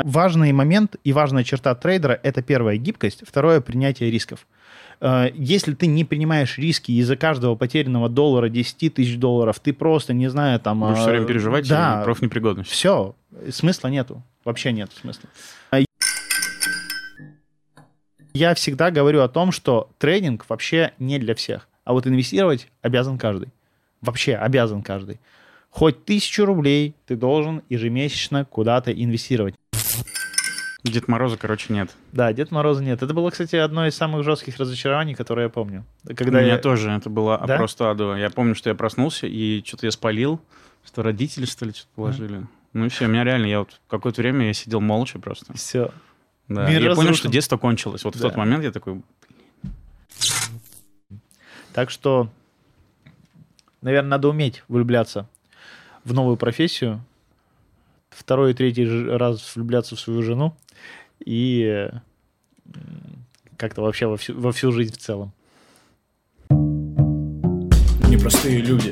важный момент и важная черта трейдера — это первое — гибкость, второе — принятие рисков. Если ты не принимаешь риски из-за каждого потерянного доллара, 10 тысяч долларов, ты просто, не знаю, там... Будешь все время переживать, да, и профнепригодность. Все, смысла нету, вообще нет смысла. Я всегда говорю о том, что трейдинг вообще не для всех, а вот инвестировать обязан каждый. Вообще обязан каждый. Хоть 1000 рублей ты должен ежемесячно куда-то инвестировать. Дед Мороза, короче, нет. Да, Дед Мороза нет. Это было, кстати, одно из самых жестких разочарований, которые я помню. Когда У меня тоже это было да? просто адово. Я помню, что я проснулся, и что-то я спалил, что родители, что ли, что-то положили. Ну и все, у меня реально, я вот какое-то время я сидел молча просто. Все. Да. Я понял, что детство кончилось. Вот в тот момент я такой... Так что, наверное, надо уметь влюбляться в новую профессию, второй и третий раз влюбляться в свою жену и как-то вообще во всю жизнь в целом. Непростые люди.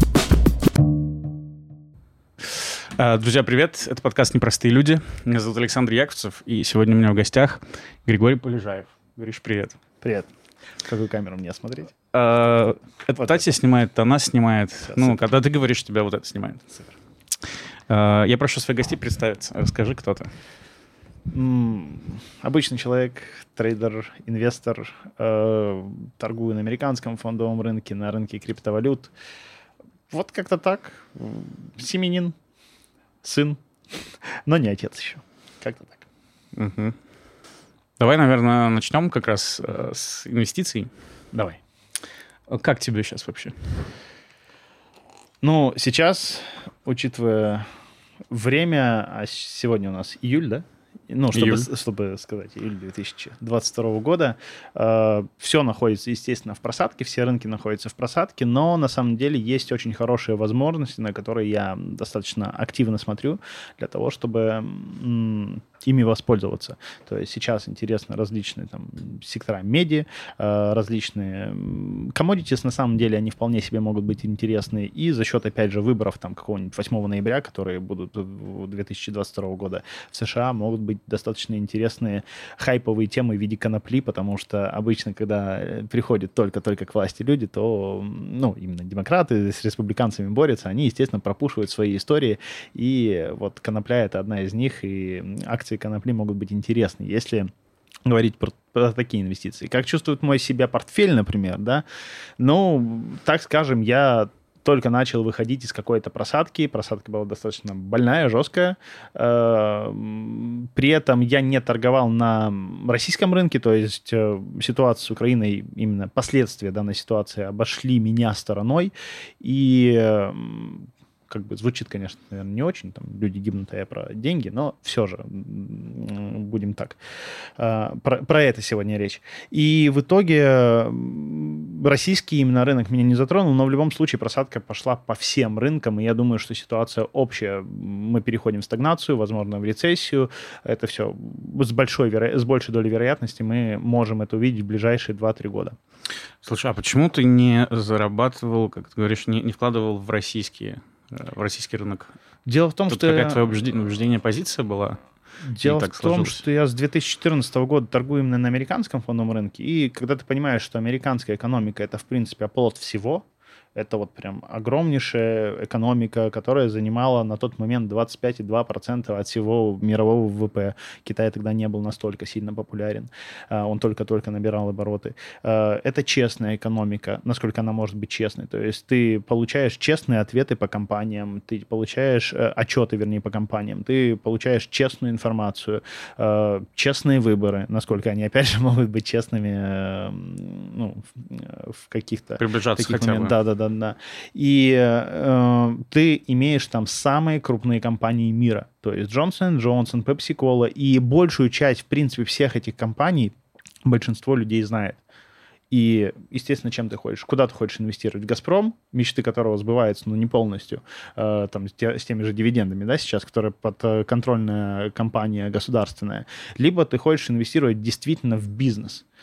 Друзья, привет. Это подкаст «Непростые люди». Меня зовут Александр Яковцев, и сегодня у меня в гостях Григорий Полежаев. Гриш, привет. Привет. В какую камеру мне смотреть? Это вот Татья снимает, она снимает. Все, ну, супер. когда ты говоришь, тебя вот это снимает. Супер. Я прошу своих гостей представиться. Расскажи, кто ты. Обычный человек, трейдер, инвестор, торгую на американском фондовом рынке, на рынке криптовалют. Вот как-то так. Семьянин, сын, но не отец еще. Как-то так. Угу. Давай, наверное, начнем как раз с инвестиций. Давай. Как тебе сейчас вообще? Ну, сейчас, учитывая время, а сегодня у нас июль, да? Ну, чтобы сказать, июль 2022 года, все находится, естественно, в просадке, все рынки находятся в просадке, но на самом деле есть очень хорошие возможности, на которые я достаточно активно смотрю для того, чтобы ими воспользоваться. То есть сейчас интересны различные там сектора меди, различные commodities, на самом деле они вполне себе могут быть интересны, и за счет, опять же, выборов там какого-нибудь 8 ноября, которые будут 2022 года в США, могут быть достаточно интересные хайповые темы в виде конопли, потому что обычно, когда приходят только-только к власти люди, то, ну, именно демократы с республиканцами борются, они, естественно, пропушивают свои истории, и вот конопля — это одна из них, и акции конопли могут быть интересны, если говорить про такие инвестиции. Как чувствует мой себя портфель, например, да? Ну, так скажем, я только начал выходить из какой-то просадки. Просадка была достаточно больная, жесткая. При этом я не торговал на российском рынке, то есть ситуация с Украиной, именно последствия данной ситуации обошли меня стороной. И как бы звучит, конечно, наверное, не очень, там люди гибнут, а я про деньги, но все же будем так. Про это сегодня речь. И в итоге российский именно рынок меня не затронул, но в любом случае просадка пошла по всем рынкам, и я думаю, что ситуация общая. Мы переходим в стагнацию, возможно, в рецессию. Это все с большей долей вероятности мы можем это увидеть в ближайшие 2-3 года. Слушай, а почему ты не зарабатывал, как ты говоришь, не вкладывал в российский рынок? Дело в том, Тут что... какая твоя убеждение, позиция была? Дело в том, что я с 2014 года торгую именно на американском фондовом рынке, и когда ты понимаешь, что американская экономика — это, в принципе, оплот всего, это вот прям огромнейшая экономика, которая занимала на тот момент 25,2% от всего мирового ВВП. Китай тогда не был настолько сильно популярен. Он только-только набирал обороты. Это честная экономика, насколько она может быть честной. То есть ты получаешь честные ответы по компаниям, ты получаешь отчеты, вернее, по компаниям, ты получаешь честную информацию, честные выборы, насколько они, опять же, могут быть честными, ну, в каких-то... Приближаться таких хотя моментах. бы. Да. И ты имеешь там самые крупные компании мира. То есть Johnson & Johnson, Pepsi-Cola. И большую часть, в принципе, всех этих компаний большинство людей знает. И, естественно, чем ты хочешь? Куда ты хочешь инвестировать? «Газпром», мечты которого сбываются, но не полностью, там, с теми же дивидендами, да, сейчас, которая подконтрольная компания государственная. Либо ты хочешь инвестировать действительно в бизнес.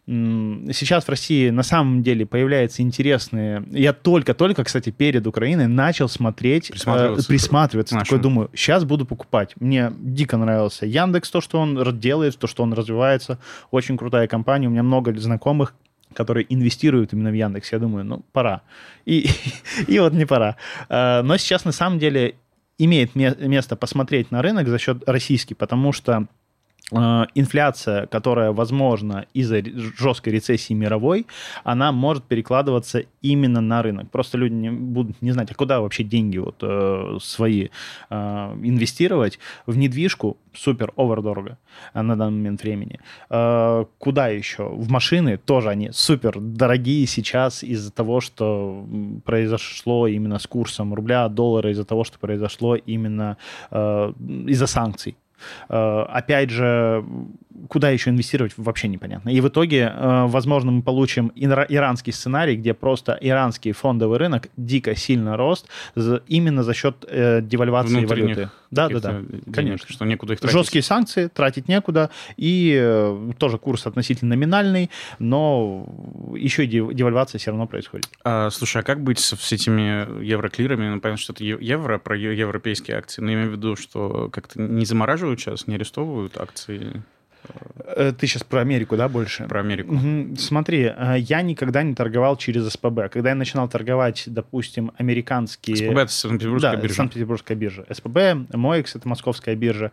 Сейчас в России на самом деле появляются интересные... Я только, кстати, перед Украиной начал смотреть, присматриваться. Такой думаю, сейчас буду покупать. Мне дико нравился Яндекс, то, что он делает, то, что он развивается. Очень крутая компания. У меня много знакомых, которые инвестируют именно в Яндекс. Я думаю, ну, пора. И вот не пора. Но сейчас на самом деле имеет место посмотреть на рынок за счет российский, потому что инфляция, которая возможна из-за жесткой рецессии мировой, она может перекладываться именно на рынок. Просто люди будут не знать, а куда вообще деньги свои инвестировать. В недвижку супер овердорого на данный момент времени. Куда еще? В машины тоже они супер дорогие сейчас из-за того, что произошло именно с курсом рубля, доллара, из-за того, что произошло именно из-за санкций. Опять же, куда еще инвестировать, вообще непонятно. И в итоге, возможно, мы получим иранский сценарий, где просто иранский фондовый рынок дико сильно рост именно за счет девальвации валюты. Да, конечно. Что некуда их тратить. Жесткие санкции, тратить некуда. И тоже курс относительно номинальный, но еще и девальвация все равно происходит. Слушай, а как быть с этими евроклирами? Ну, понятно, что это евро, про европейские акции. Но я имею в виду, что как-то не замораживают сейчас, не арестовывают акции? Ты сейчас про Америку, да, больше? Про Америку. Смотри, я никогда не торговал через СПБ. Когда я начинал торговать, допустим, американские... СПБ — это Санкт-Петербургская биржа. Санкт-Петербургская биржа. СПБ, МОЭКС — это московская биржа.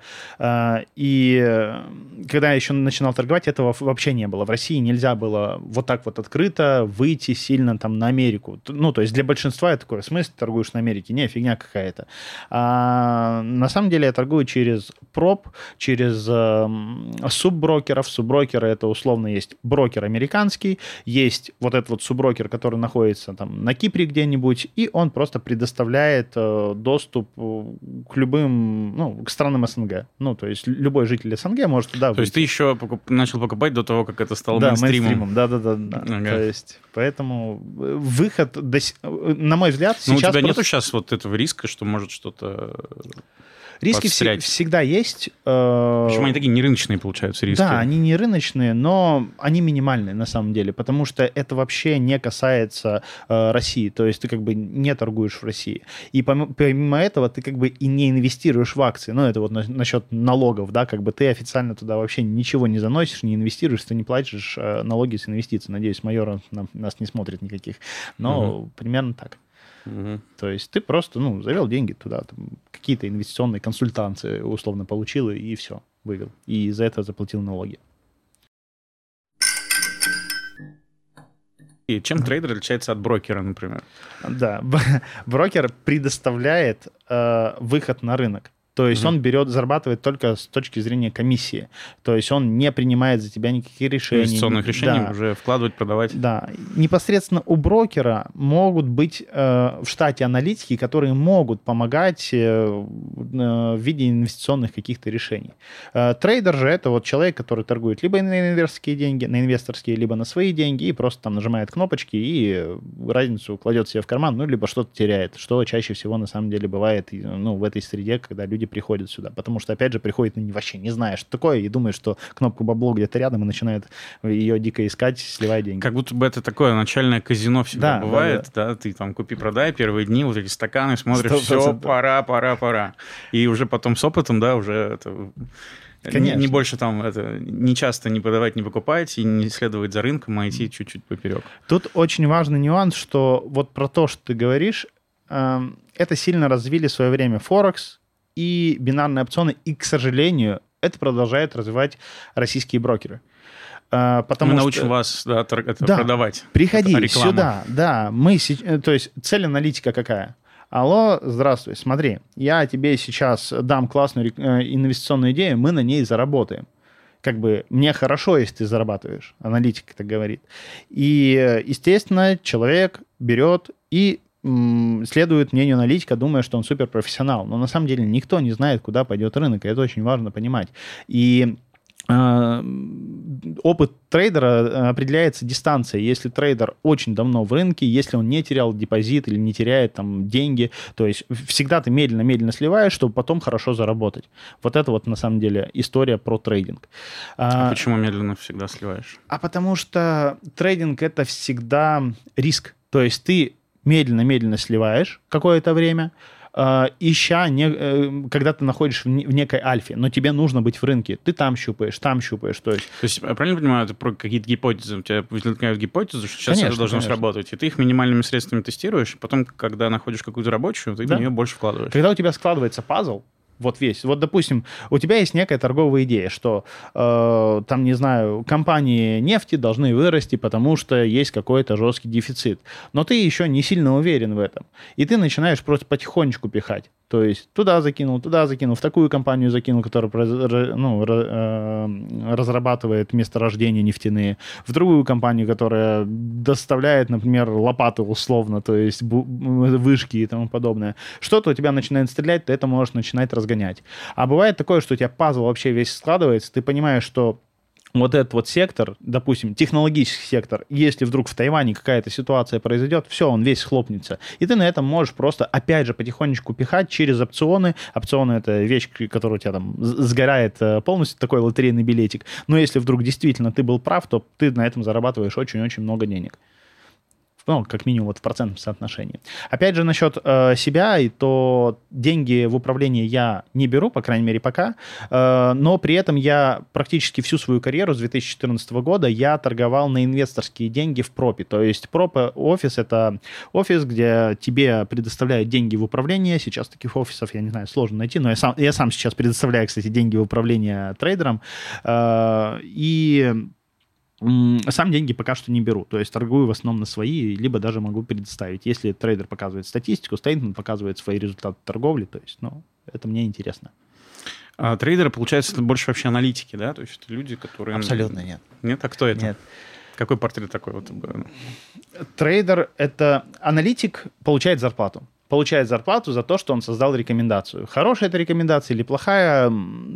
И когда я еще начинал торговать, этого вообще не было. В России нельзя было вот так вот открыто выйти сильно там на Америку. Ну, то есть для большинства это такое, в смысле ты торгуешь на Америке? Не, фигня какая-то. На самом деле я торгую через проб, через субброкеров. Субброкеры — это условно есть брокер американский, есть вот этот вот субброкер, который находится там на Кипре где-нибудь, и он просто предоставляет доступ к любым, ну, к странам СНГ. Ну, то есть любой житель СНГ может туда выйти. То есть ты еще начал покупать до того, как это стало мейнстримом? Да. Ага. То есть, поэтому выход, на мой взгляд, сейчас... Но у тебя нету сейчас вот этого риска, что может что-то... Риски всегда есть. Почему они такие нерыночные, получаются, риски? Да, они не рыночные, но они минимальные на самом деле, потому что это вообще не касается России. То есть ты как бы не торгуешь в России. И помимо этого ты как бы и не инвестируешь в акции. Ну, это вот насчет налогов, да, как бы ты официально туда вообще ничего не заносишь, не инвестируешь, ты не платишь налоги с инвестиций. Надеюсь, майор нас не смотрит никаких. Но примерно так. То есть ты просто, завел деньги туда, там, какие-то инвестиционные консультации условно получил, и все, вывел. И за это заплатил налоги. И чем трейдер отличается от брокера, например? Да, брокер предоставляет выход на рынок. То есть он зарабатывает только с точки зрения комиссии. То есть он не принимает за тебя никаких решений. Инвестиционных решений уже вкладывать, продавать. Да. Непосредственно у брокера могут быть в штате аналитики, которые могут помогать в виде инвестиционных каких-то решений. Трейдер же это вот человек, который торгует либо на инвесторские, либо на свои деньги, и просто там нажимает кнопочки и разницу кладет себе в карман, либо что-то теряет, что чаще всего на самом деле бывает в этой среде, когда люди приходят сюда. Потому что, опять же, приходят вообще не зная, что такое, и думают, что кнопка бабло где-то рядом, и начинают ее дико искать, сливая деньги. Как будто бы это такое начальное казино всегда бывает, да? Ты там купи-продай, первые дни, вот эти стаканы, смотришь, 100%. Все, пора. И уже потом с опытом, да, уже это... Конечно. Не больше там не часто не продавать, не покупать и не следовать за рынком, а идти чуть-чуть поперек. Тут очень важный нюанс, что вот про то, что ты говоришь, это сильно развили в свое время Форекс и бинарные опционы, и, к сожалению, это продолжает развивать российские брокеры. Мы научим вас продавать. Приходи сюда. Да, то есть цель аналитика какая? Алло, здравствуй, смотри, я тебе сейчас дам классную инвестиционную идею, мы на ней заработаем. Как бы мне хорошо, если ты зарабатываешь, аналитик так говорит. И, естественно, человек берет и следует мнению аналитика, думая, что он суперпрофессионал. Но на самом деле никто не знает, куда пойдет рынок, и это очень важно понимать. И опыт трейдера определяется дистанцией. Если трейдер очень давно в рынке, если он не терял депозит или не теряет там деньги, то есть всегда ты медленно-медленно сливаешь, чтобы потом хорошо заработать. Вот это вот на самом деле история про трейдинг. А почему медленно всегда сливаешь? А потому что трейдинг — это всегда риск. То есть ты медленно-медленно сливаешь какое-то время, ища, когда ты находишься в некой альфе, но тебе нужно быть в рынке. Ты там щупаешь. То есть, я правильно понимаю, это про какие-то гипотезы? У тебя возникают гипотезы, что сейчас это должно сработать, и ты их минимальными средствами тестируешь, и потом, когда находишь какую-то рабочую, ты в нее больше вкладываешь. Когда у тебя складывается пазл, вот весь. Вот, допустим, у тебя есть некая торговая идея, что, там, не знаю, компании нефти должны вырасти, потому что есть какой-то жесткий дефицит. Но ты еще не сильно уверен в этом. И ты начинаешь просто потихонечку пихать. То есть туда закинул, в такую компанию закинул, которая разрабатывает месторождения нефтяные, в другую компанию, которая доставляет, например, лопаты условно, то есть вышки и тому подобное. Что-то у тебя начинает стрелять, ты это можешь начинать разгонять. А бывает такое, что у тебя пазл вообще весь складывается, ты понимаешь, что вот этот вот сектор, допустим, технологический сектор, если вдруг в Тайване какая-то ситуация произойдет, все, он весь схлопнется. И ты на этом можешь просто, опять же, потихонечку пихать через опционы. Опционы — это вещь, которая у тебя там сгорает полностью, такой лотерейный билетик. Но если вдруг действительно ты был прав, то ты на этом зарабатываешь очень-очень много денег. Ну, как минимум вот в процентном соотношении. Опять же, насчет себя, и то деньги в управлении я не беру, по крайней мере, пока, но при этом я практически всю свою карьеру с 2014 года я торговал на инвесторские деньги в пропе. То есть проп-офис — это офис, где тебе предоставляют деньги в управление. Сейчас таких офисов, я не знаю, сложно найти, но я сам сейчас предоставляю, кстати, деньги в управление трейдерам. И сам деньги пока что не беру, то есть торгую в основном на свои, либо даже могу предоставить. Если трейдер показывает статистику, стейтмент показывает свои результаты торговли, то есть, это мне интересно. А трейдеры, получается, это больше вообще аналитики, да? То есть это люди, которые... Абсолютно нет. Нет? А кто это? Нет. Какой портрет такой вот? Трейдер — это аналитик, получает зарплату за то, что он создал рекомендацию. Хорошая это рекомендация или плохая,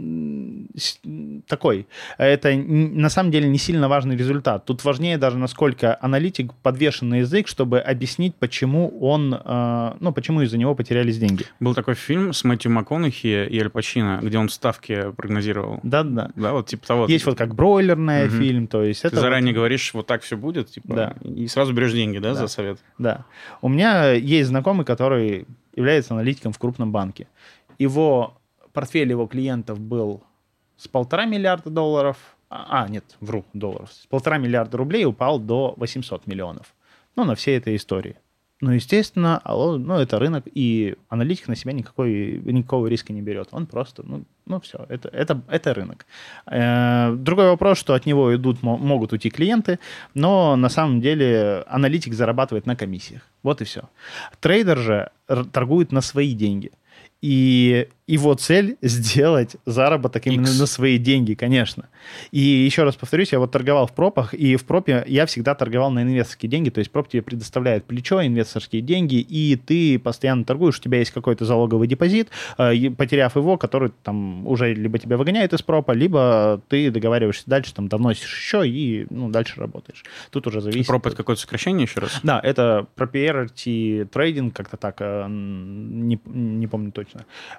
такой. Это на самом деле не сильно важный результат. Тут важнее даже, насколько аналитик подвешен на язык, чтобы объяснить, почему почему из-за него потерялись деньги. Был такой фильм с Мэтью МакКонахи и Аль Пачино, где он ставки прогнозировал. Да. Да, вот типа того. Есть вот как бройлерный фильм, то есть это... Ты заранее говоришь, вот так все будет, типа, да. И сразу берешь деньги, да, за совет? Да. У меня есть знакомый, который является аналитиком в крупном банке. Портфель его клиентов был с $1,5 миллиарда долларов, долларов, с $1,5 миллиарда рублей упал до 800 миллионов. На всей этой истории. Естественно, это рынок, и аналитик на себя никакого риска не берет. Он просто, все, это рынок. Другой вопрос, что от него могут уйти клиенты, но на самом деле аналитик зарабатывает на комиссиях. Вот и все. Трейдер же торгует на свои деньги. И его цель — сделать заработок именно на свои деньги, конечно. И еще раз повторюсь, я торговал в пропах, и в пропе я всегда торговал на инвесторские деньги, то есть проп тебе предоставляет плечо, инвесторские деньги, и ты постоянно торгуешь, у тебя есть какой-то залоговый депозит, потеряв его, который там уже либо тебя выгоняет из пропа, либо ты договариваешься дальше, там довносишь еще и дальше работаешь. Тут уже зависит. Проп — это какое-то сокращение еще раз? Да, это proprietary trading, как-то так, не помню точно.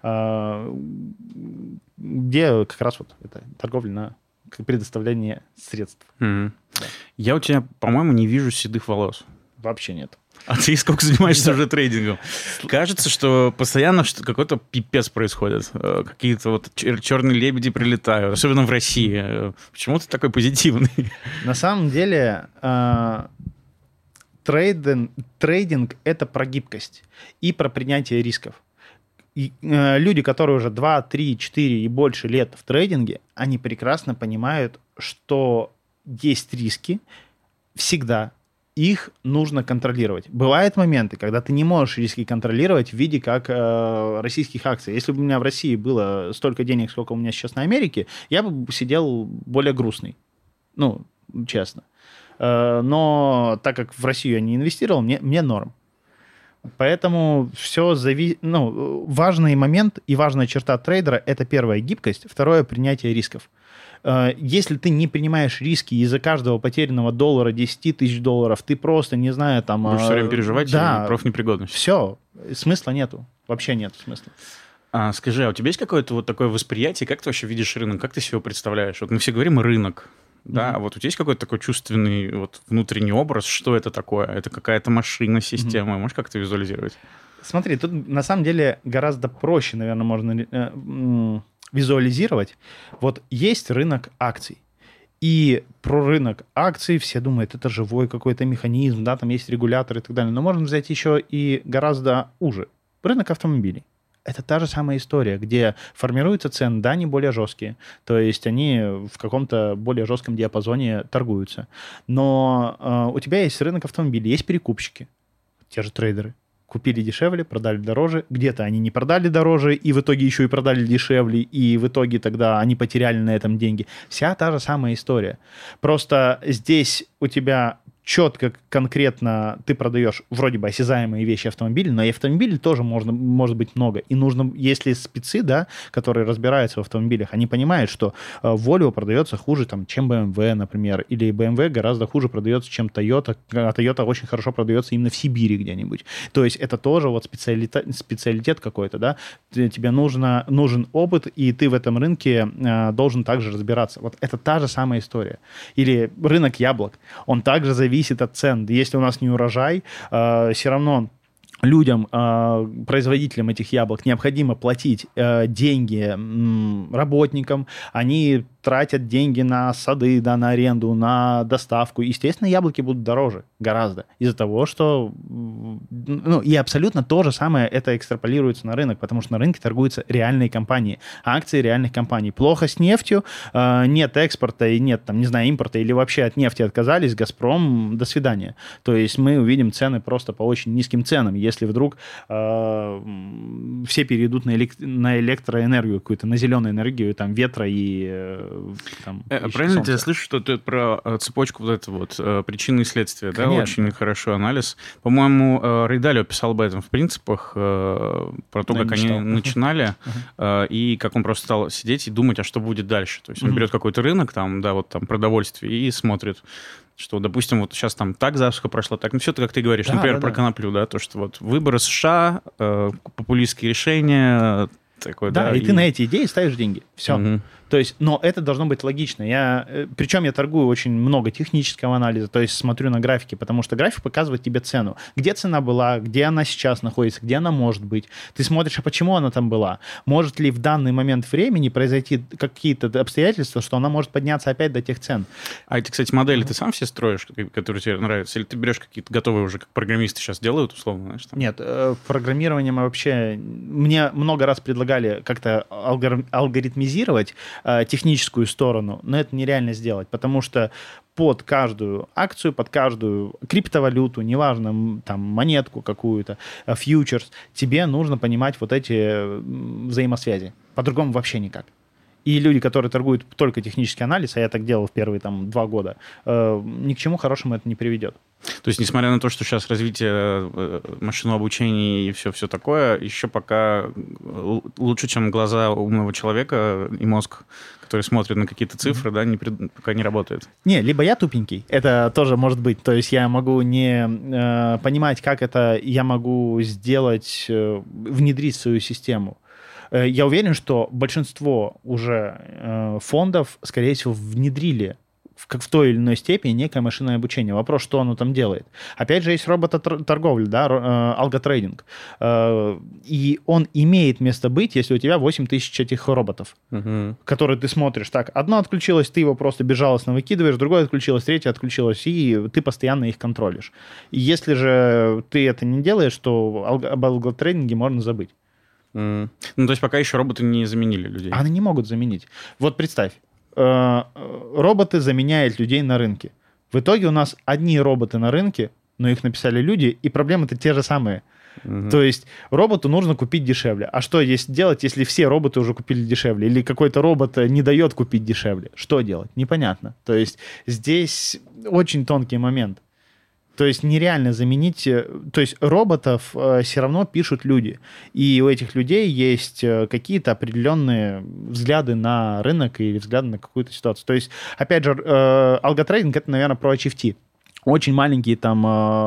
Где как раз это торговля на предоставление средств. Mm-hmm. Да. Я у тебя, по-моему, не вижу седых волос. Вообще нет. А ты сколько занимаешься уже трейдингом? Кажется, что постоянно какой-то пипец происходит. Какие-то черные лебеди прилетают, особенно в России. Почему ты такой позитивный? На самом деле... Трейдинг — это про гибкость и про принятие рисков. И, люди, которые уже 2, 3, 4 и больше лет в трейдинге, они прекрасно понимают, что есть риски всегда, их нужно контролировать. Бывают моменты, когда ты не можешь риски контролировать в виде как российских акций. Если бы у меня в России было столько денег, сколько у меня сейчас на Америке, я бы сидел более грустный. Честно. Но так как в Россию я не инвестировал, мне норм. Поэтому все важный момент и важная черта трейдера — это первое — гибкость, второе — принятие рисков. Если ты не принимаешь риски из-за каждого потерянного доллара, 10 тысяч долларов, ты просто, не знаю, там... Будешь все время переживать, да, и профнепригодность. Все, смысла нету, вообще нет смысла. Скажи, а у тебя есть какое-то вот такое восприятие, как ты вообще видишь рынок, как ты себе его представляешь? Вот мы все говорим рынок, да, а вот у тебя есть какой-то такой чувственный вот внутренний образ, что это такое? Это какая-то машина, система, можешь как-то визуализировать? Смотри, тут на самом деле гораздо проще, наверное, можно визуализировать. Вот есть рынок акций. И про рынок акций все думают, это живой какой-то механизм, да, там есть регулятор и так далее. Но можно взять еще и гораздо уже. Рынок автомобилей. Это та же самая история, где формируются цены, да, они более жесткие, то есть они в каком-то более жестком диапазоне торгуются. Но у тебя есть рынок автомобилей, есть перекупщики, те же трейдеры. Купили дешевле, продали дороже, где-то они не продали дороже, и в итоге еще и продали дешевле, и в итоге тогда они потеряли на этом деньги. Вся та же самая история. Просто здесь у тебя четко, конкретно ты продаешь вроде бы осязаемые вещи автомобиля, но и автомобилей тоже может быть много. И нужно, если спецы, да, которые разбираются в автомобилях, они понимают, что Volvo продается хуже, там, чем BMW, например, или BMW гораздо хуже продается, чем Toyota, а Toyota очень хорошо продается именно в Сибири где-нибудь. То есть это тоже вот специалитет какой-то, да, тебе нужен опыт, и ты в этом рынке должен также разбираться. Вот это та же самая история. Или рынок яблок, он также зависит от цен. Если у нас не урожай, все равно людям, производителям этих яблок необходимо платить деньги работникам, они тратят деньги на сады, да, на аренду, на доставку. Естественно, яблоки будут дороже гораздо из-за того, что... Ну, и абсолютно то же самое это экстраполируется на рынок, потому что на рынке торгуются реальные компании, акции реальных компаний. Плохо с нефтью, нет экспорта и нет, там, не знаю, импорта, или вообще от нефти отказались, Газпром, до свидания. То есть мы увидим цены просто по очень низким ценам, если вдруг все перейдут на электроэнергию какую-то, на зеленую энергию, там, ветра и там, правильно тебя слышу, что ты про цепочку вот эту вот причины и следствия, да, очень хороший анализ. По-моему, Рэй Далио писал об этом в «Принципах», про то, как они начинали, и как он просто стал сидеть и думать, а что будет дальше. То есть он берет какой-то рынок, там, да, вот там продовольствие, и смотрит, что, допустим, вот сейчас там так засуха прошла, так, ну все это, как ты говоришь, например, про коноплю, да, то, что вот выборы США, популистские решения, такое, да, и ты на эти идеи ставишь деньги. Все. То есть, но это должно быть логично. Причем я торгую очень много технического анализа, то есть смотрю на графики, потому что график показывает тебе цену. Где цена была, где она сейчас находится, где она может быть. Ты смотришь, а почему она там была? Может ли в данный момент времени произойти какие-то обстоятельства, что она может подняться опять до тех цен? А эти, кстати, модели ты сам все строишь, которые тебе нравятся? Или ты берешь какие-то готовые уже, как программисты сейчас делают, условно? Знаешь, там? Нет, программированием вообще... Мне много раз предлагали как-то алгоритмизировать техническую сторону, но это нереально сделать, потому что под каждую акцию, под каждую криптовалюту, неважно, там, монетку какую-то, фьючерс, тебе нужно понимать вот эти взаимосвязи. По-другому вообще никак. И люди, которые торгуют только технический анализ, а я так делал в первые там 2 года, ни к чему хорошему это не приведет. То есть, несмотря на то, что сейчас развитие машинного обучения и все такое, еще пока лучше, чем глаза умного человека и мозг, который смотрит на какие-то цифры, да, пока не работает. Не, либо я тупенький, это тоже может быть. То есть я могу не понимать, как это я могу сделать, внедрить в свою систему. Я уверен, что большинство уже фондов, скорее всего, внедрили в той или иной степени некое машинное обучение. Вопрос, что оно там делает. Опять же, есть робототорговля, да, алготрейдинг. И он имеет место быть, если у тебя 8 тысяч этих роботов, которые ты смотришь. Так, одно отключилось, ты его просто безжалостно выкидываешь, другое отключилось, третье отключилось, и ты постоянно их контролишь. И если же ты это не делаешь, то об алготрейдинге можно забыть. Ну, то есть пока еще роботы не заменили людей. Они не могут заменить. Вот представь, роботы заменяют людей на рынке. В итоге у нас одни роботы на рынке, но их написали люди, и проблемы-то те же самые. То есть роботу нужно купить дешевле. А что есть делать, если все роботы уже купили дешевле? Или какой-то робот не дает купить дешевле? Что делать? Непонятно. То есть здесь очень тонкий момент. То есть нереально заменить... То есть роботов все равно пишут люди. И у этих людей есть какие-то определенные взгляды на рынок или взгляды на какую-то ситуацию. То есть, опять же, алготрейдинг — это, наверное, про HFT. Очень маленькие там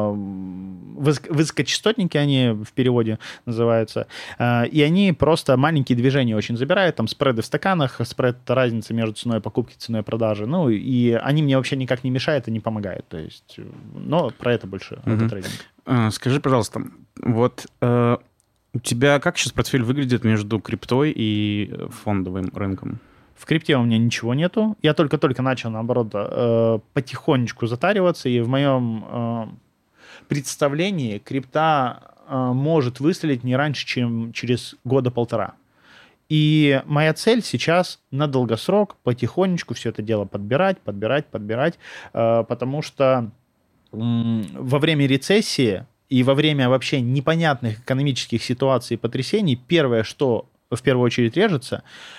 высокочастотники, они в переводе называются, и они просто маленькие движения очень забирают, там спреды в стаканах, спред — разница между ценой покупки и ценой продажи, ну, и они мне вообще никак не мешают и не помогают, то есть, но про это больше алготрейдинг. Скажи, пожалуйста, вот у тебя как сейчас портфель выглядит между криптой и фондовым рынком? В крипте у меня ничего нету. Я только-только начал, наоборот, потихонечку затариваться, и в моем представлении крипта может выстрелить не раньше, чем через года-полтора. И моя цель сейчас на долгосрок потихонечку все это дело подбирать, потому что во время рецессии и во время вообще непонятных экономических ситуаций и потрясений первое, что в первую очередь режется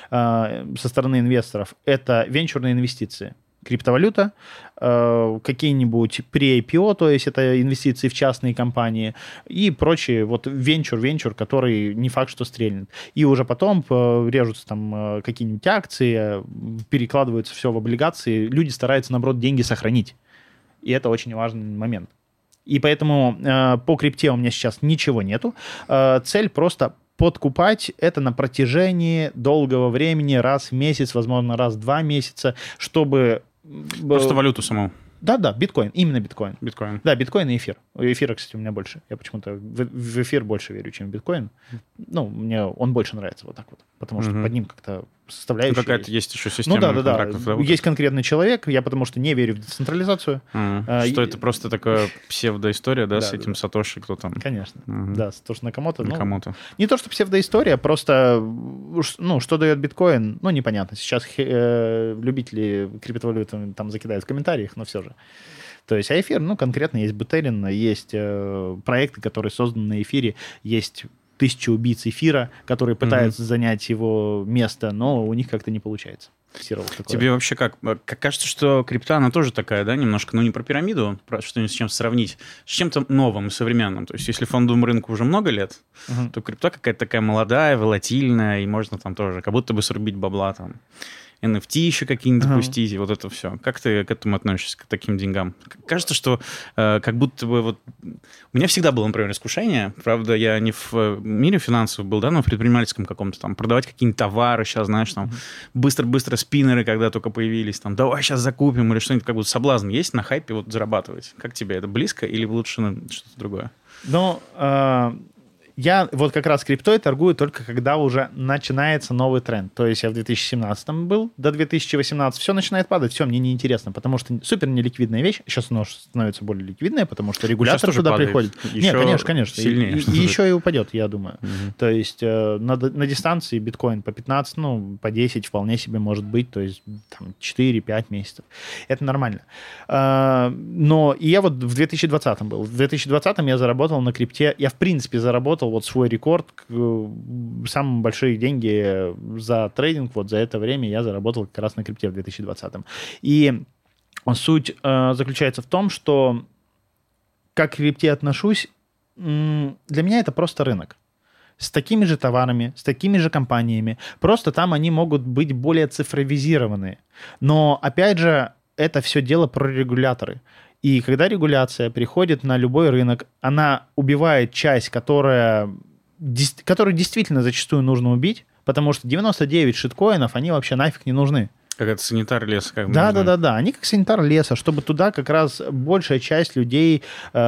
со стороны инвесторов, это венчурные инвестиции. Криптовалюта, какие-нибудь pre-IPO, то есть это инвестиции в частные компании и прочие, вот венчур, который не факт, что стрельнет. И уже потом режутся там какие-нибудь акции, перекладываются все в облигации, люди стараются, наоборот, деньги сохранить. И это очень важный момент. И поэтому по крипте у меня сейчас ничего нету. Цель просто подкупать это на протяжении долгого времени, раз в месяц, возможно, раз в 2 месяца, чтобы... Просто валюту саму. Да, биткоин, именно биткоин. Биткоин. Да, биткоин и эфир. Эфира, кстати, у меня больше. Я почему-то в эфир больше верю, чем в биткоин. Ну, мне он больше нравится вот так вот, потому что под ним как-то составляющая... Какая-то есть еще система контрактов. Да. Есть конкретный человек, я потому что не верю в децентрализацию. Что это просто такая псевдоистория, да, с этим Сатоши, кто там? Конечно, да, Сатоши Накамото. Накамото. Не то, что псевдоистория, просто, ну, что дает биткоин, ну, непонятно. Сейчас любители криптовалюты там закидают в комментариях, но все же. То есть, а эфир, ну, конкретно есть Бутерин, есть проекты, которые созданы на эфире, есть 1000 убийц эфира, которые пытаются занять его место, но у них как-то не получается. Тебе вообще как кажется, что крипта, она тоже такая, да, немножко, ну, не про пирамиду, про что-нибудь с чем сравнить, с чем-то новым и современным. То есть, если фондовому рынку уже много лет, то крипта какая-то такая молодая, волатильная, и можно там тоже, как будто бы срубить бабла там. NFT еще какие-нибудь запустить, и вот это все. Как ты к этому относишься, к таким деньгам? Кажется, что как будто бы вот... У меня всегда было, например, искушение, правда, я не в мире финансовом был, да, но в предпринимательском каком-то там, продавать какие-нибудь товары сейчас, знаешь, там, быстро-быстро спиннеры, когда только появились, там, давай сейчас закупим, или что-нибудь, как будто соблазн есть на хайпе вот зарабатывать. Как тебе, это близко или лучше что-то другое? Ну, я вот как раз криптой торгую только когда уже начинается новый тренд. То есть я в 2017 был, до 2018 все начинает падать, все, мне неинтересно, потому что супер неликвидная вещь. Сейчас оно становится более ликвидное, потому что регулятор туда падает. Приходит. Нет, конечно. Сильнее. И еще и упадет, я думаю. То есть на дистанции биткоин по 15, ну, по 10 вполне себе может быть, то есть там 4-5 месяцев. Это нормально. Но и я вот в 2020 был. В 2020 я заработал на крипте, я в принципе заработал вот свой рекорд, самые большие деньги за трейдинг, вот за это время я заработал как раз на крипте в 2020. И суть заключается в том, что как к крипте отношусь, для меня это просто рынок. С такими же товарами, с такими же компаниями, просто там они могут быть более цифровизированы. Но, опять же, это все дело про регуляторы. И когда регуляция приходит на любой рынок, она убивает часть, которую действительно зачастую нужно убить, потому что 99 шиткоинов, они вообще нафиг не нужны. Как это санитар леса. Как да. Они как санитар леса, чтобы туда как раз большая часть людей,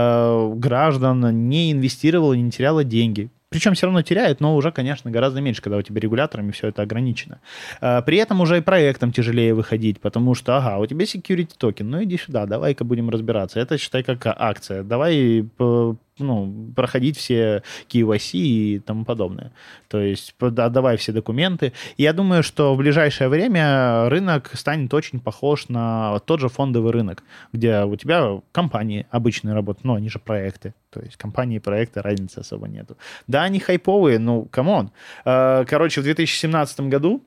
граждан, не инвестировала, не теряла деньги. Причем все равно теряют, но уже, конечно, гораздо меньше, когда у тебя регуляторами все это ограничено. При этом уже и проектам тяжелее выходить, потому что, у тебя security токен, ну иди сюда, давай-ка будем разбираться. Это, считай, как акция. Давай проходить все KYC и тому подобное. То есть отдавай все документы. И я думаю, что в ближайшее время рынок станет очень похож на тот же фондовый рынок, где у тебя компании обычные работают, но они же проекты. То есть компании и проекты разницы особо нету. Да, они хайповые, ну, камон. Короче, в 2017 году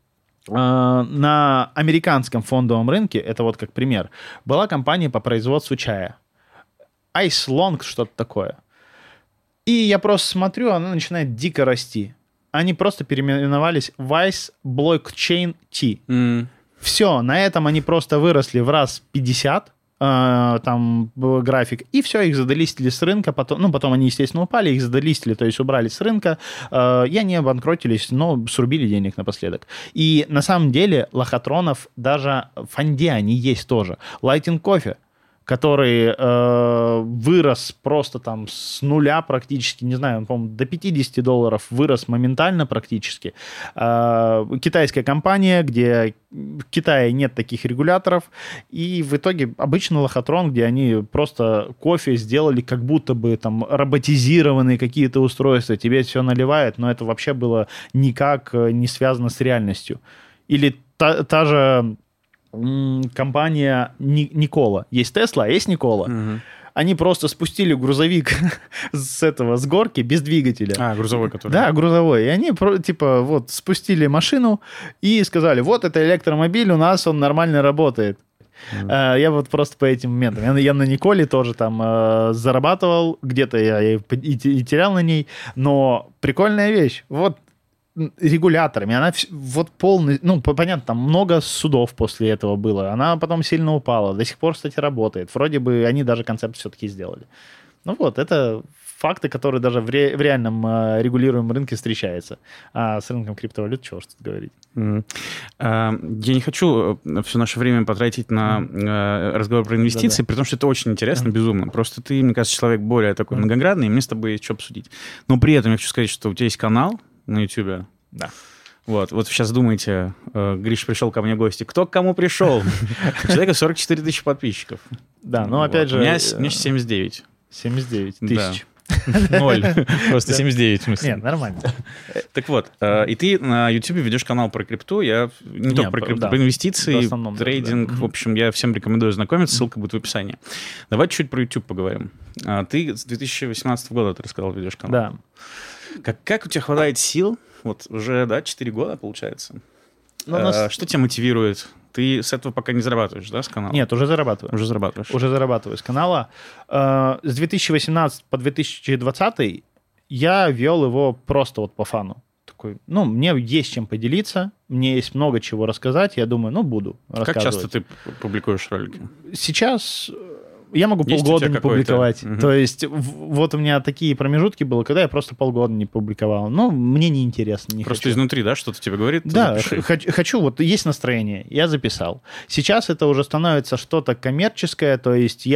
на американском фондовом рынке, это вот как пример, была компания по производству чая. Ice Long, что-то такое. И я просто смотрю, она начинает дико расти. Они просто переименовались в Ice Blockchain T. Все, на этом они просто выросли в раз 50, там график, и все, их задолистили с рынка, потом они, естественно, упали, их задолистили, то есть убрали с рынка, и они обанкротились, но срубили денег напоследок. И на самом деле лохотронов даже в фонде они есть тоже. Lightning Coffee, который вырос просто там с нуля практически, не знаю, он, по-моему, до $50 вырос моментально практически. Китайская компания, где в Китае нет таких регуляторов, и в итоге обычный лохотрон, где они просто кофе сделали как будто бы там роботизированные какие-то устройства, тебе все наливает, но это вообще было никак не связано с реальностью. Или та же компания Никола. Есть Тесла, а есть Никола. Они просто спустили грузовик с горки без двигателя. Грузовой, который. Да, грузовой. И они спустили машину и сказали, вот это электромобиль, у нас он нормально работает. Я вот просто по этим моментам. Я на Николе тоже там зарабатывал, где-то я и терял на ней, но прикольная вещь. Вот регуляторами. Она вот полный... понятно, там много судов после этого было. Она потом сильно упала. До сих пор, кстати, работает. Вроде бы они даже концепт все-таки сделали. Это факты, которые даже в реальном регулируемом рынке встречаются. А с рынком криптовалют чего ж тут говорить? Я не хочу все наше время потратить на разговор про инвестиции, при том, что это очень интересно, безумно. Просто ты, мне кажется, человек более такой многогранный, и мне с тобой есть что обсудить. Но при этом я хочу сказать, что у тебя есть канал на Ютубе. Да. Вот сейчас думаете, Гриш пришел ко мне в гости. Кто к кому пришел? У человека 44 тысячи подписчиков. Да, опять же... У меня 79. 79 тысяч. 0. Просто 79 в смысле. Нет, нормально. Так вот, и ты на YouTube ведешь канал про крипту. Я не только про крипту, про инвестиции, трейдинг. В общем, я всем рекомендую знакомиться. Ссылка будет в описании. Давай чуть про YouTube поговорим. Ты с 2018 года, ты рассказал, ведешь канал. Да. Как у тебя хватает сил? Вот уже, 4 года, получается. Что тебя мотивирует? Ты с этого пока не зарабатываешь, да, с канала? Нет, уже зарабатываю. Уже зарабатываешь? Уже зарабатываю с канала. С 2018 по 2020 я вел его просто вот по фану. Такой, мне есть чем поделиться, мне есть много чего рассказать, я думаю, буду рассказывать. Как часто ты публикуешь ролики? Сейчас... Я могу полгода не публиковать. То есть вот у меня такие промежутки было, когда я просто полгода не публиковал. Мне неинтересно. Просто изнутри, да, что-то тебе говорит? Да, хочу, вот есть настроение, я записал. Сейчас это уже становится что-то коммерческое, то есть